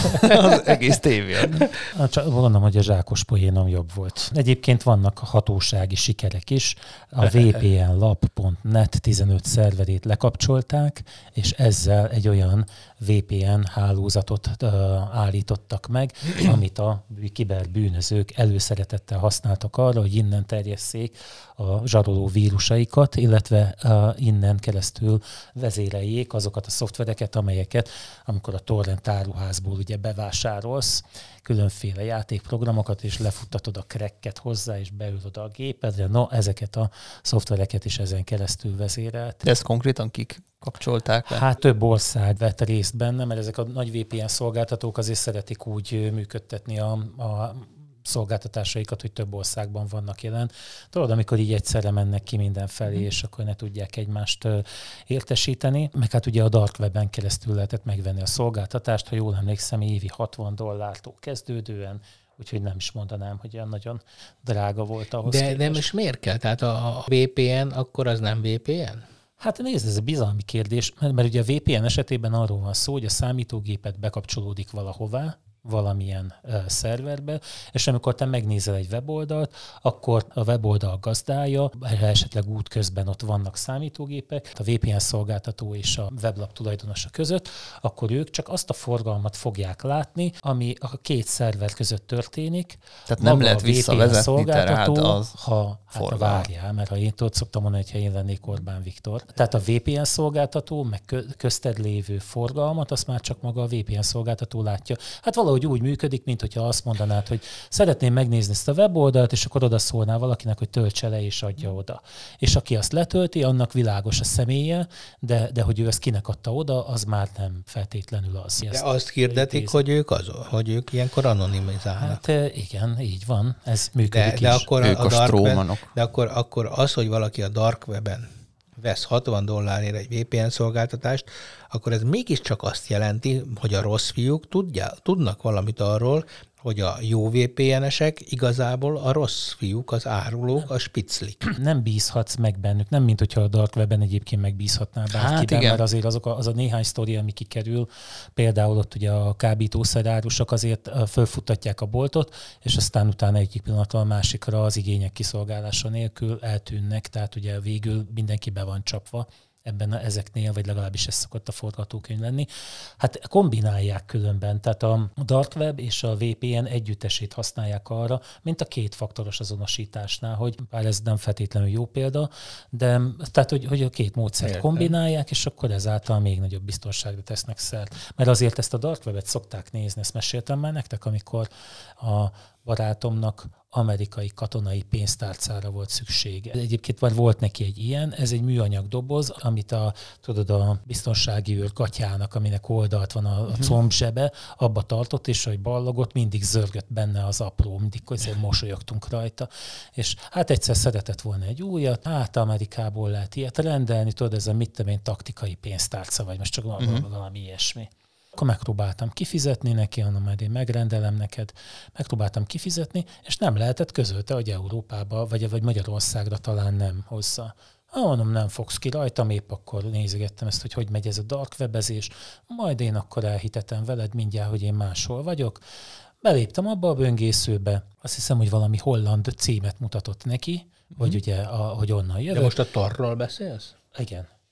Az egész tévé.
Csak mondom, hogy a zsákos poénom jobb volt. Egyébként vannak hatósági sikerek is. A vé pé en lab pont net tizenöt szerverét lekapcsolták, és ezzel egy olyan vé pé en hálózatot uh, állítottak meg, amit a kiberbűnözők előszeretettel használtak arra, hogy innen terjesszék a zsaroló vírusaikat, illetve uh, innen keresztül vezéreljék azokat a szoftvereket, amelyeket, amikor a torrent áruházból ugye bevásárolsz, különféle játékprogramokat, és lefuttatod a cracket hozzá, és beülod a gépedre. No, ezeket a szoftvereket is ezen keresztül vezérelt.
De ezt konkrétan kik kapcsolták le?
Hát több ország vett részt benne, mert ezek a nagy vé pé en szolgáltatók azért szeretik úgy működtetni a, a szolgáltatásaikat, hogy több országban vannak jelen. Tudod, amikor így egyszerre mennek ki mindenfelé, mm. és akkor ne tudják egymást értesíteni. Meg hát ugye a dark weben keresztül lehetett megvenni a szolgáltatást, ha jól emlékszem, évi hatvan dollártól kezdődően, úgyhogy nem is mondanám, hogy olyan nagyon drága volt ahhoz.
De, de most miért kell? Tehát a vé pé en, akkor az nem vé pé en?
Hát nézd, ez a bizalmi kérdés, mert, mert ugye a vé pé en esetében arról van szó, hogy a számítógépet bekapcsolódik valahová, valamilyen uh, szerverbe, és amikor te megnézel egy weboldalt, akkor a weboldal gazdája, erre esetleg útközben ott vannak számítógépek, a vé pé en szolgáltató és a weblap tulajdonosa között, akkor ők csak azt a forgalmat fogják látni, ami a két szerver között történik.
Tehát nem lehet visszavezetni tehát az
ha hát várjál, mert ha én tudod, szoktam mondani, hogy ha én lennék Orbán Viktor. Tehát a vé pé en szolgáltató, meg közted lévő forgalmat, azt már csak maga a vé pé en szolgáltató látja. Hát valahogy úgy működik, mint hogyha azt mondanád, hogy szeretném megnézni ezt a weboldalt, és akkor oda szólnál valakinek, hogy töltse le és adja oda. És aki azt letölti, annak világos a személye, de, de hogy ő ezt kinek adta oda, az már nem feltétlenül az.
De ezt azt hirdetik, hogy ők, az, hogy ők ilyenkor anonimizálnak.
Hát igen, így van, ez működik
de, de
is.
Akkor
ők
a, a,
a
strómanok. De akkor, akkor az, hogy valaki a dark weben vesz hatvan dollárért egy vé pé en szolgáltatást, akkor ez mégiscsak azt jelenti, hogy a rossz fiúk tudja, tudnak valamit arról, hogy a jó vé pé en-esek igazából a rossz fiúk, az árulók, a spiclik.
Nem bízhatsz meg bennük, nem mint hogyha a dark webben egyébként megbízhatnál bárkiben, hát mert azért azok a, az a néhány sztori, ami kikerül, például ott ugye a kábítószerárusok azért fölfuttatják a boltot, és aztán utána egyik pillanatról a másikra az igények kiszolgálása nélkül eltűnnek, tehát ugye végül mindenki be van csapva ebben a, ezeknél, vagy legalábbis ez szokott a forgatókönyv lenni. Hát kombinálják különben, tehát a dark web és a vé pé en együttesét használják arra, mint a kétfaktoros azonosításnál, hogy bár ez nem feltétlenül jó példa, de tehát, hogy, hogy a két módszert Értem. kombinálják, és akkor ezáltal még nagyobb biztonságra tesznek szert. Mert azért ezt a dark webet szokták nézni, ezt meséltem már nektek, amikor a barátomnak amerikai katonai pénztárcára volt szüksége. Egyébként már volt neki egy ilyen, ez egy műanyag doboz, amit a, tudod, a biztonsági őr gatyának, aminek oldalt van a, a combzsebe, abba tartott, és hogy ballagott, mindig zörgött benne az apró, mindig azért mosolyogtunk rajta. És hát egyszer szeretett volna egy újat, hát Amerikából lehet ilyet rendelni, tudod, ez a mit tudom én, taktikai pénztárca, vagy most csak uh-huh. valami ilyesmi. Akkor megpróbáltam kifizetni neki, hanem majd én megrendelem neked. Megpróbáltam kifizetni, és nem lehetett, közölte, hogy Európába, vagy, vagy Magyarországra talán nem hozza. Ha mondom, nem fogsz ki rajtam, épp akkor nézegettem ezt, hogy hogy megy ez a dark webezés, majd én akkor elhitetem veled mindjárt, hogy én máshol vagyok. Beléptem abba a böngészőbe, azt hiszem, hogy valami holland címet mutatott neki, mm-hmm. hogy ugye, a, hogy onnan jövök.
De most a tarról beszélsz?
Igen.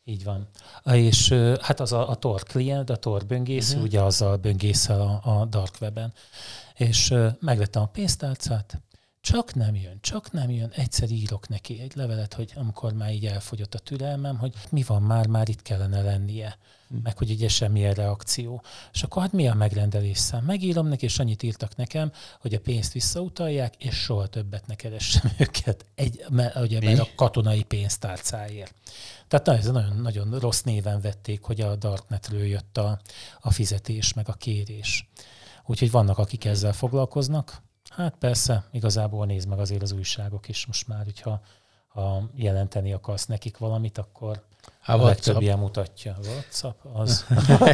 Így van. És hát az a, a Tor client, a Tor böngésző, uh-huh. ugye azzal böngészel a, a dark weben. És megvettem a pénztárcát, csak nem jön, csak nem jön. Egyszer írok neki egy levelet, hogy amikor már így elfogyott a türelmem, hogy mi van már, már itt kellene lennie. Hmm. Meg hogy ugye semmilyen reakció. És akkor hát mi a megrendelés szám? Megírom neki, és annyit írtak nekem, hogy a pénzt visszautalják, és soha többet ne keressem őket. Egy, mert, ugye, mert a katonai pénztárcáért. Tehát na, ez nagyon, nagyon rossz néven vették, hogy a Darknetről jött a, a fizetés, meg a kérés. Úgyhogy vannak, akik ezzel foglalkoznak. Hát persze, igazából nézd meg azért az újságok is most már, hogyha ha jelenteni akarsz nekik valamit, akkor a, a legtöbb ilyen mutatja. WhatsApp, az.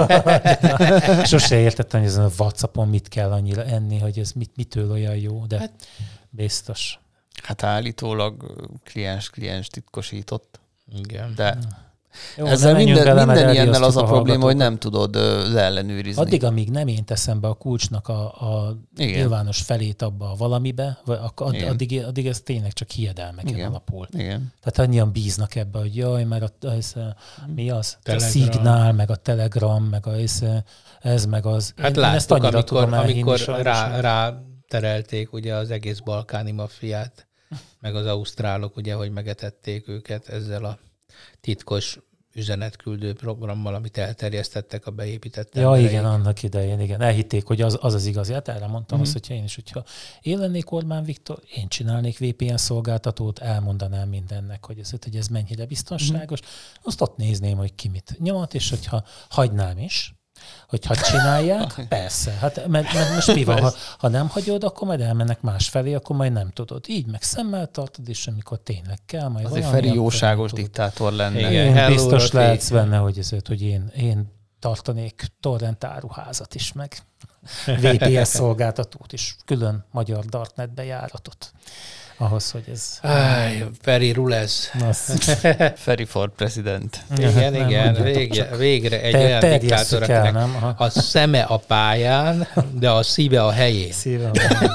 Sose értettem, hogy ezen a WhatsAppon mit kell annyira enni, hogy ez mit, mitől olyan jó, de hát, biztos.
Hát állítólag kliens-kliens titkosított.
Igen.
De
jó,
ezzel minden, bele, minden ilyennel az a, a probléma, hogy nem tudod uh, ellenőrizni.
Addig, amíg nem én teszem be a kulcsnak a, a nyilvános felét abba a valamibe, vagy ad, addig, addig ez tényleg csak hiedelmeken alapul.
Igen.
Tehát annyian bíznak ebbe, hogy jaj, mert a, ez, mi az?
Telegram.
A Signál, meg a Telegram, meg a, ez, ez meg az.
Hát
én,
láttuk,
én
amikor, amikor rá, rá terelték ugye az egész balkáni maffiát, meg az ausztrálok, ugye, hogy megetették őket ezzel a titkos üzenetküldő programmal, amit elterjesztettek a beépített
Ja, embereik. Igen, annak idején, igen. Elhitték, hogy az az, az igazi. Hát erre mondtam mm. azt, hogyha én is, hogyha én lennék Orbán Viktor, én csinálnék vé pé en szolgáltatót, elmondanám mindennek, hogy ez, hogy ez mennyire biztonságos. Mm. Azt ott nézném, hogy ki mit nyomat, és hogyha hagynám is, hogyha csinálják, persze. Hát, mert, mert most mi van, ha, ha nem hagyod, akkor majd elmennek másfelé, akkor majd nem tudod. Így meg szemmel tartod, és amikor tényleg kell, majd
azért Feri jóságos diktátor lenne.
Igen, én biztos lehetsz benne, hogy, ezért, hogy én, én tartanék torrent áruházat is, meg vé pé en szolgáltatót is, külön magyar darknet bejáratot. Ahhoz, hogy ez...
Áj, Feri Rulez.
Feri for president.
Igen, nem, igen. Végre, végre egy olyan diktátor, akinek nem? A szeme a pályán, de a szíve a helyén. Szíve a helyén.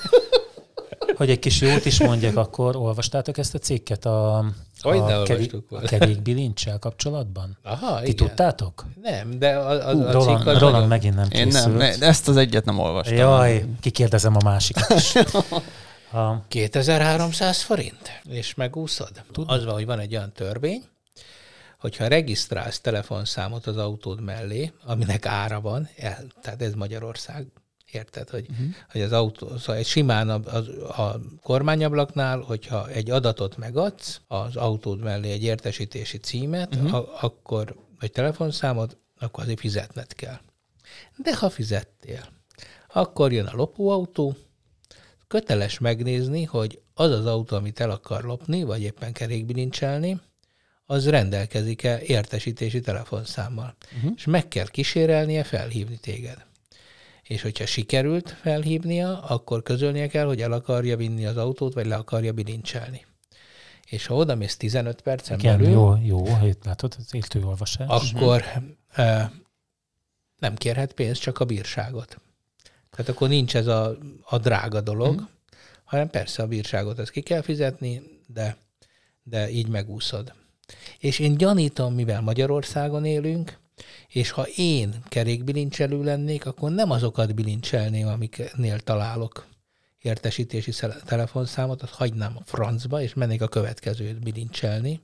Hogy egy kis jót is mondjak, akkor olvastátok ezt a cikket a, a, kerék, a kerékbilincsel kapcsolatban?
Aha,
Ti
igen.
tudtátok?
Nem, de a, a,
Hú,
a
Roland,
cikk az
Roland
nagyon...
megint nem készült.
Én nem, ezt az egyet nem olvastam.
Jaj, kikérdezem a másikat is.
A... kétezer-háromszáz forint, és megúszod. Az van, hogy van egy olyan törvény, hogyha regisztrálsz telefonszámot az autód mellé, aminek ára van, tehát ez Magyarország, érted, hogy, uh-huh. hogy az autó, szóval egy simán a, a, a kormányablaknál, hogyha egy adatot megadsz az autód mellé egy értesítési címet, uh-huh. a, akkor, vagy telefonszámot, akkor azért fizetned kell. De ha fizettél, akkor jön a lopóautó, köteles megnézni, hogy az az autó, amit el akar lopni, vagy éppen kerékbilincselni, az rendelkezik-e értesítési telefonszámmal. Uh-huh. És meg kell kísérelnie felhívni téged. És hogyha sikerült felhívnia, akkor közölnie kell, hogy el akarja vinni az autót, vagy le akarja bilincselni. És ha oda mész tizenöt percen
igen,
belül,
jó, jó, látod, az értőolvasás.
Akkor uh, nem kérhet pénzt, csak a bírságot. Tehát akkor nincs ez a, a drága dolog, mm. hanem persze a bírságot ezt ki kell fizetni, de, de így megúszod. És én gyanítom, mivel Magyarországon élünk, és ha én kerékbilincselő lennék, akkor nem azokat bilincselném, amiknél találok értesítési telefonszámot, azt hagynám a francba, és mennék a következőt bilincselni.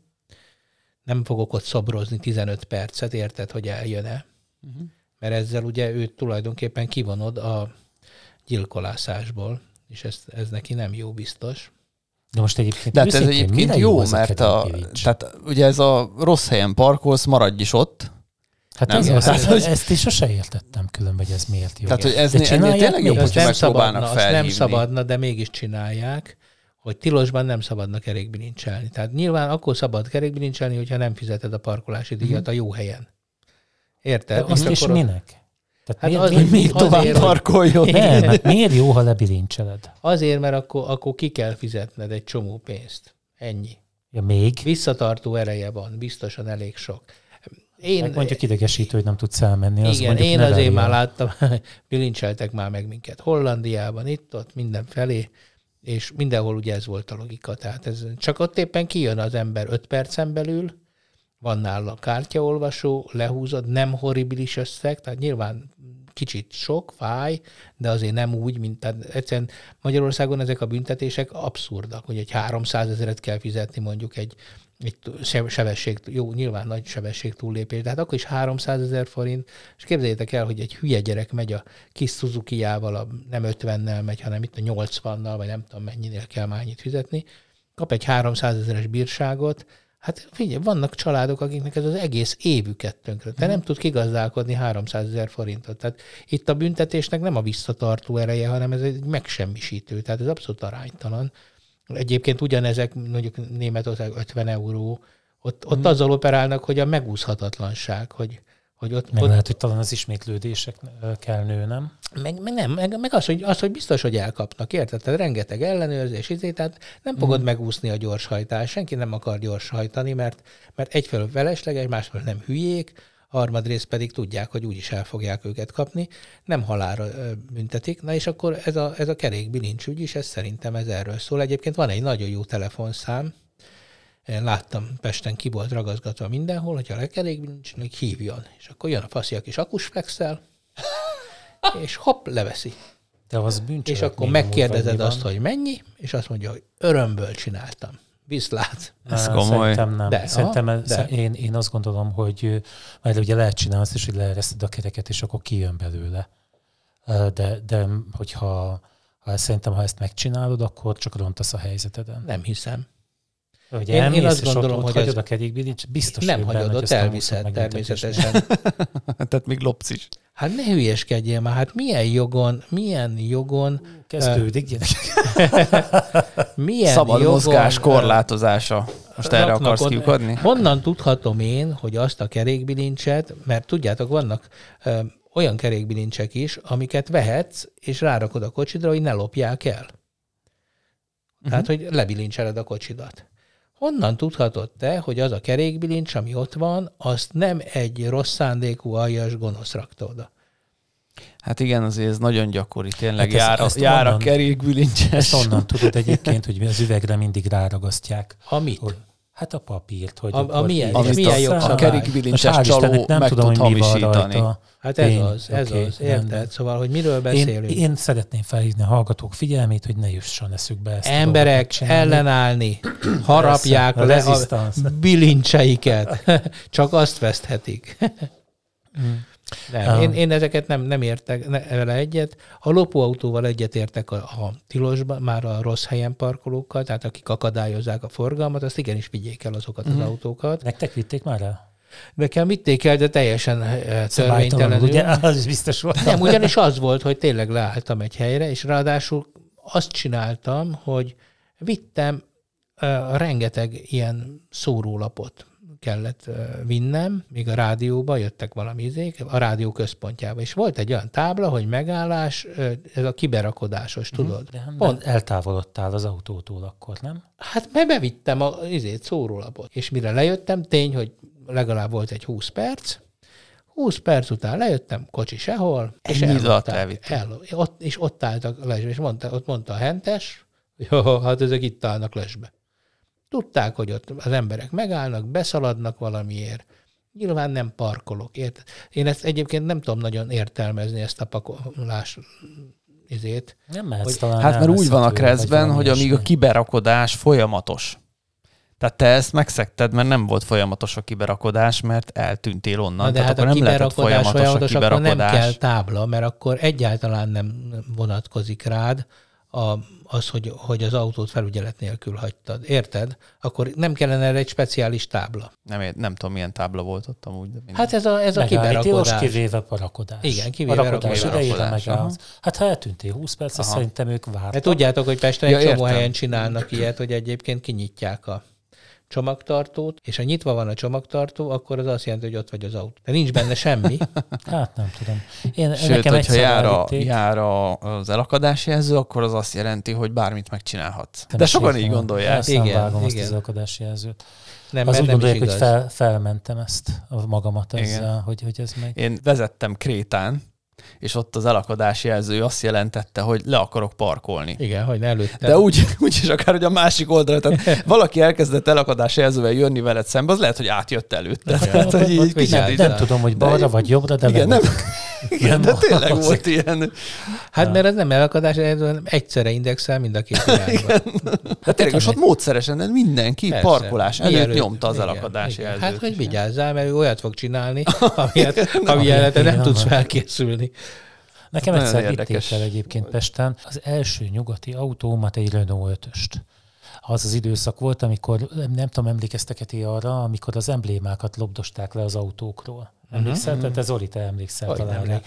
Nem fogok ott szobrozni tizenöt percet, érted, hogy eljön-e? Uh-huh. Mert ezzel ugye őt tulajdonképpen kivonod a gyilkolászásból, és ez, ez neki nem jó biztos.
De most egyébként,
de hát ez egyébként jó, jó mert a, tehát ugye ez a rossz helyen parkolsz, maradj is ott.
Hát nem, ez, az, hát, ez, ezt is sose értettem külön, hogy ez miért jó.
Tehát, hogy ez ennél tényleg jobb, hogy megpróbálnak felhívni.
Nem szabadna, de mégis csinálják, hogy tilosban nem szabadna kerékbilincselni. Tehát nyilván akkor szabad kerékbilincselni, hogyha nem fizeted a parkolási díjat a jó helyen. Érted?
De azt is akkor... minek?
Tehát hát miért, az, miért, miért
tovább azért, parkoljon?
Nem, hát miért jó, ha lebilincseled?
Azért, mert akkor, akkor ki kell fizetned egy csomó pénzt. Ennyi.
Ja, még?
Visszatartó ereje van, biztosan elég sok.
Én, meg mondjuk idegesítő, hogy nem tudsz elmenni. Az
igen, én azért már láttam, bilincseltek már meg minket Hollandiában, itt-ott, mindenfelé, és mindenhol ugye ez volt a logika. Tehát ez, csak ott éppen kijön az ember öt percen belül, van nála kártyaolvasó, lehúzod, nem horribilis összeg, tehát nyilván kicsit sok, fáj, de azért nem úgy, mint tehát egyszerűen Magyarországon ezek a büntetések abszurdak, hogy egy háromszázezret kell fizetni mondjuk egy, egy sebesség, jó, nyilván nagy sebesség túllépés, de hát akkor is háromszázezer forint, és képzeljétek el, hogy egy hülye gyerek megy a kis Suzuki-jával, a, nem ötvennel megy, hanem itt a nyolcvannal, vagy nem tudom mennyinél kell már annyit fizetni, kap egy háromszázezeres bírságot. Hát figyelj, vannak családok, akiknek ez az egész évüket tönkre. Te nem tud kigazdálkodni háromszázezer forintot. Tehát itt a büntetésnek nem a visszatartó ereje, hanem ez egy megsemmisítő. Tehát ez abszolút aránytalan. Egyébként ugyanezek, mondjuk Németország ötven euró, ott, ott hmm. azzal operálnak, hogy a megúszhatatlanság, hogy, hogy ott...
Meg
ott,
lehet, hogy talán az ismétlődések kell nő, nem?
Meg, meg nem, meg, meg az, hogy, az, hogy biztos, hogy elkapnak, érted? Tehát rengeteg ellenőrzés, izé, tehát nem fogod hmm. megúszni a gyorshajtást, senki nem akar gyorshajtani, mert, mert egyfelől felesleges, másfelől nem hülyék, harmadrészt pedig tudják, hogy úgyis el fogják őket kapni, nem halálra büntetik. Na és akkor ez a, ez a kerékbilincs ügy is, ez szerintem ez erről szól. Egyébként van egy nagyon jó telefonszám, én láttam Pesten ki volt ragaszgatva mindenhol, hogyha a kerékbilincsnek hívjon, és akkor jön a faszi a kis akusflexel, és hopp, leveszi.
De az bűncsövek.
És akkor megkérdezed azt, hogy mennyi, és azt mondja, hogy örömből csináltam. Viszlát.
Ez komoly.
Szerintem nem.
De,
Szerintem
aha,
ez,
de.
Én, én azt gondolom, hogy majd ugye lehet csinálni azt is, hogy leereszted a kereket, és akkor kijön belőle. De, de hogyha ha szerintem, ha ezt megcsinálod, akkor csak rontasz a helyzeteden.
Nem hiszem.
Ugye
én,
elmész,
én azt
és
gondolom,
ott,
hogy
ott hagyod
az...
a kerékbilincs, biztos,
nem
hogy
hagyod,
benne,
ott elviszed természetesen.
Tehát még lopsz is.
Hát ne hülyeskedjél már, hát milyen jogon, milyen jogon...
Kezdődik, gyerekek.
Milyen
szabad
jogon,
mozgás korlátozása. Most erre akarsz kiukadni?
Honnan tudhatom én, hogy azt a kerékbilincset, mert tudjátok, vannak ö, olyan kerékbilincsek is, amiket vehetsz, és rárakod a kocsidra, hogy ne lopják el. Tehát, uh-huh. hogy lebilincseled a kocsidat. Honnan tudhatod te, hogy az a kerékbilincs, ami ott van, azt nem egy rossz szándékú, aljas gonosz rakta oda?
Hát igen, azért ez nagyon gyakori. Tényleg
hát ez,
jár, a, jár a kerékbilincses.
Ezt onnan tudod egyébként, hogy az üvegre mindig ráragasztják.
Amit?
Hogy, hát a papírt. Hogy
a, a milyen,
amit
milyen
a,
jogszabály?
a kerékbilincses csaló
nem
meg
tudom,
tud
hogy mi van
hamisítani.
rajta.
Hát ez
Én,
az, ez
okay,
az, érted?
rendben.
Szóval, hogy miről beszélünk?
Én, én szeretném felhívni a hallgatók figyelmét, hogy ne jusson eszükbe ezt.
Emberek ellenállni, harapják
a
le
resistance.
a bilincseiket. Csak azt veszthetik.
Mm.
Nem,
Um.
én, én ezeket nem, nem értek vele egyet. A lopóautóval egyet értek a, a tilosban, már a rossz helyen parkolókkal, tehát akik akadályozzák a forgalmat, azt igenis vigyék el azokat az mm. autókat.
Nektek vitték már el?
Nekem vitték el, de teljesen törvénytelenül.
Ugye, az is biztos volt.
Nem, ugyanis az volt, hogy tényleg leálltam egy helyre, és ráadásul azt csináltam, hogy vittem uh, rengeteg ilyen szórólapot kellett uh, vinnem, még a rádióba jöttek valami izék, a rádió központjába. És volt egy olyan tábla, hogy megállás, uh, ez a kiberakodásos, uh-huh. tudod?
De
Pont
eltávolodtál az autótól akkor, nem?
Hát mert bevittem a izét, szórólapot. És mire lejöttem, tény, hogy legalább volt egy húsz perc, húsz perc után lejöttem, kocsi sehol, és elvittem. El, ott, és ott álltak lesbe, és mondta, ott mondta a hentes, hogy jó, hát ezek itt állnak lesbe. Tudták, hogy ott az emberek megállnak, beszaladnak valamiért. Nyilván nem parkolok, érted? Én ezt egyébként nem tudom nagyon értelmezni, ezt a pakolás izét.
Nem mehetsz
hogy,
talán
hát mert úgy van a kreszben, hogy amíg
ilyesmi.
a kiberakodás folyamatos. Tehát te ezt megszegted, mert nem volt folyamatos a kiberakodás, mert eltűntél onnan.
Na de
tehát
hát
akkor
a
nem lehetett
kiberakodás
folyamatos a
akkor nem
kiberakodás.
kell tábla, mert akkor egyáltalán nem vonatkozik rád a, az, hogy, hogy az autót felügyelet nélkül hagytad. Érted? Akkor nem kellene erre egy speciális tábla.
Nem, ér- nem tudom, milyen tábla volt ott amúgy. De
hát ez a, ez a kiberakodás.
Kivéve parakodás.
Igen, kivéve
parakodás. idejére
parakodás.
megállsz. Hát ha eltűntél húsz percet, szerintem ők vártak.
Hát tudjátok, hogy Pesten
Ja,
egy csomó
értem.
helyen csinálnak ilyet, hogy egyébként kinyitják a csomagtartót, és ha nyitva van a csomagtartó, akkor az azt jelenti, hogy ott vagy az autó. De nincs benne semmi.
Hát nem tudom. Én,
Sőt,
nekem
hogyha jár, a,
elvitték.
jár a, az elakadási jelző, akkor az azt jelenti, hogy bármit megcsinálhatsz.
Te
De sokan így
nem.
gondolják.
Ezt nem
Igen,
vágom azt
igen.
az elakadási jelzőt.
Nem,
Az
mert
úgy
nem is
gondolják, hogy
igaz.
fel, felmentem ezt a magamat ezzel, hogy, hogy ez meg...
Én vezettem Krétán, és ott az elakadás jelző azt jelentette, hogy le akarok parkolni.
Igen, hogy ne előtte.
De úgy, úgy is akár, hogy a másik oldalra, tehát valaki elkezdett elakadás jelzővel jönni veled szembe, az lehet, hogy átjött előtte. Tehát, hogy így,
kicsit, nem tudom, hogy balra vagy jobbra, de
igen, nem, igen, de tényleg
az
volt ilyen.
Hát ja. Mert ez nem elakadás, hanem egyszerre indexel mind a két irányba.
Hát tényleg, és ott módszeresen mindenki
persze,
parkolás előtt
mielőtt,
nyomta az
igen,
elakadás
igen.
jelzőt.
Hát, hogy vigyázzál, mert ő olyat fog csinálni, amilyet te nem tudsz felkészülni.
Nekem egyszer vitték el egyébként Pesten az első nyugati autómat, egy Renault ötöst. Az az időszak volt, amikor, nem tudom, emlékeztek-e arra, amikor az emblémákat lobdosták le az autókról. Emlékszel? Uh-huh. Tehát ez Zoli, te emlékszel talán.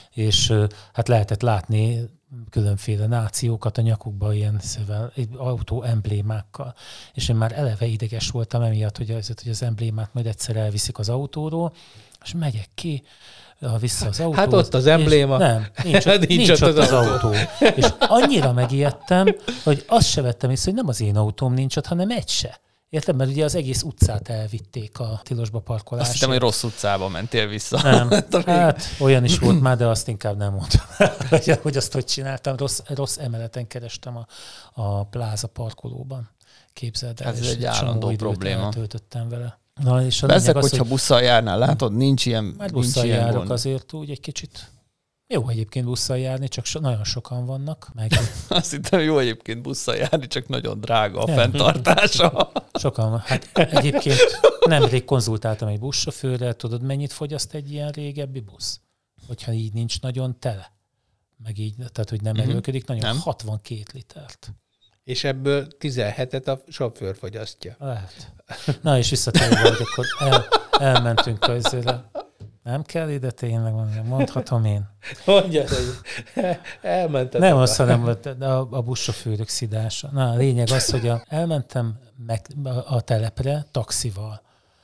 És hát lehetett látni különféle nációkat a nyakukban ilyen szövel, autó emblémákkal. És én már eleve ideges voltam emiatt, hogy az, hogy az emblémát majd egyszer elviszik az autóról, és megyek ki, vissza az autó.
Hát ott az embléma.
Nem, nincs, nincs, nincs ott, ott az, az autó. autó. És annyira megijedtem, hogy azt se vettem észre, hogy nem az én autóm nincs ott, hanem egy se. Érted? Mert ugye az egész utcát elvitték a tilosba parkolásra.
Azt hittem, hogy rossz utcába mentél vissza.
Nem. Hát olyan is volt már, de azt inkább nem mondtam, hogy, hogy azt hogy csináltam. Rossz, rossz emeleten kerestem a, a pláza parkolóban. Képzeld el.
Ez egy állandó probléma.
Töltöttem vele. Na, és a
ezek,
az,
hogyha
hogy
busszal járnál, látod, nincs ilyen
Már busszal
nincs
járok
ilyen
azért úgy egy kicsit. Jó egyébként busszal járni, csak so, nagyon sokan vannak. Meg...
Azt hittem, jó egyébként busszal járni, csak nagyon drága a fenntartása.
Sokan van. Hát egyébként nemrég konzultáltam egy buszsofőrrel, tudod, mennyit fogyaszt egy ilyen régebbi busz? Hogyha így nincs nagyon tele. Meg így, tehát hogy nem erőlködik, nagyon nem. hatvankét litert.
És ebből tizenhetet a sofőr fogyasztja.
Lehet. Na és visszatérve, hogy akkor el, elmentünk közére. Nem kell ide tényleg, mondhatom én.
Mondjad, hogy elmentetek.
Nem azt, hanem a, a buszsofőrök szidása. Na, a lényeg az, hogy a, elmentem meg a telepre taxival.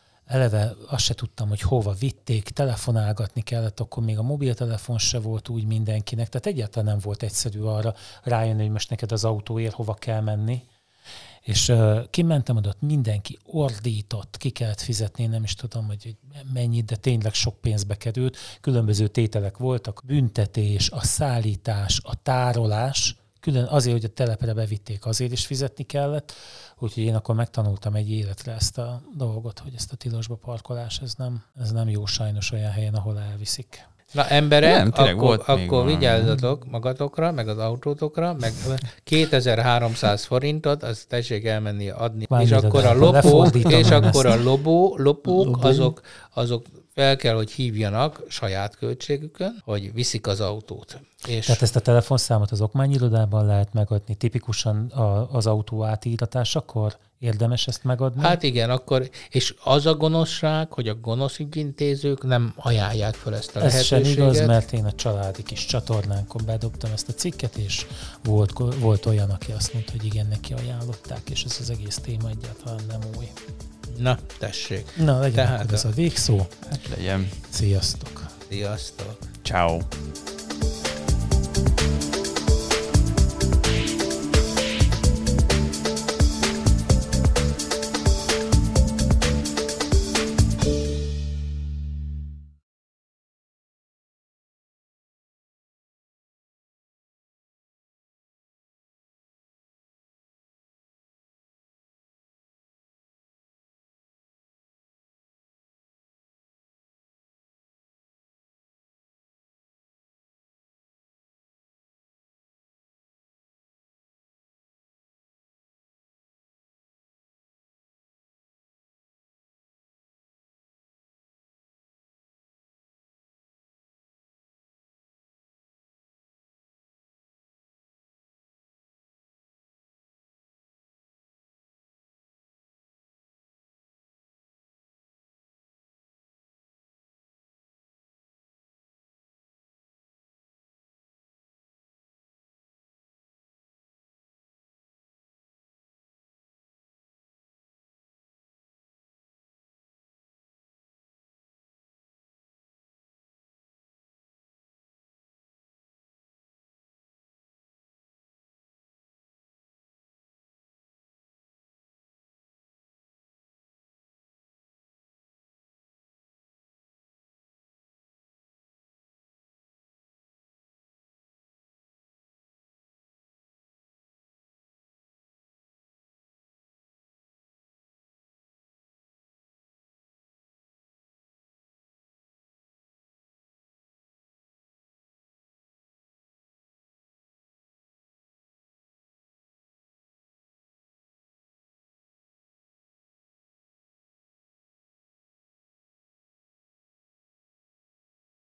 Eleve azt se tudtam, hogy hova vitték, telefonálgatni kellett, akkor még a mobiltelefon se volt úgy mindenkinek, tehát egyáltalán nem volt egyszerű arra rájönni, hogy most neked az autóért hova kell menni. És uh, kimentem oda, mindenki ordított, ki kellett fizetni, nem is tudom, hogy mennyit, de tényleg sok pénzbe került. Különböző tételek voltak, büntetés, a szállítás, a tárolás, külön azért, hogy a telepre bevitték, azért is fizetni kellett, úgyhogy én akkor megtanultam egy életre ezt a dolgot, hogy ezt a tilosba parkolás, ez nem, ez nem jó sajnos olyan helyen, ahol elviszik.
Na emberek,
nem,
akkor,
volt
akkor vigyázzatok magatokra, meg az autótokra, meg kétezer-háromszáz forintot, azt tessék elmenni adni. Már és akkor a lopók, és akkor a lobó, lopók, Lobó. azok, azok fel kell, hogy hívjanak saját költségükön, hogy viszik az autót. És
tehát ezt a telefonszámot az okmányirodában lehet megadni, tipikusan a, az autó átíratásakor érdemes ezt megadni?
Hát igen, akkor, és az a gonoszság, hogy a gonosz ügyintézők nem ajánlják fel ezt a
ez
lehetőséget. Ez
sem igaz, mert én a családi kis csatornánkon bedobtam ezt a cikket, és volt, volt olyan, aki azt mondta, hogy igen, neki ajánlották, és ez az egész téma egyáltalán nem új.
Na, tessék.
Na, legyen Tehát ez a végszó.
Hát legyen.
Sziasztok.
Sziasztok.
Ciao.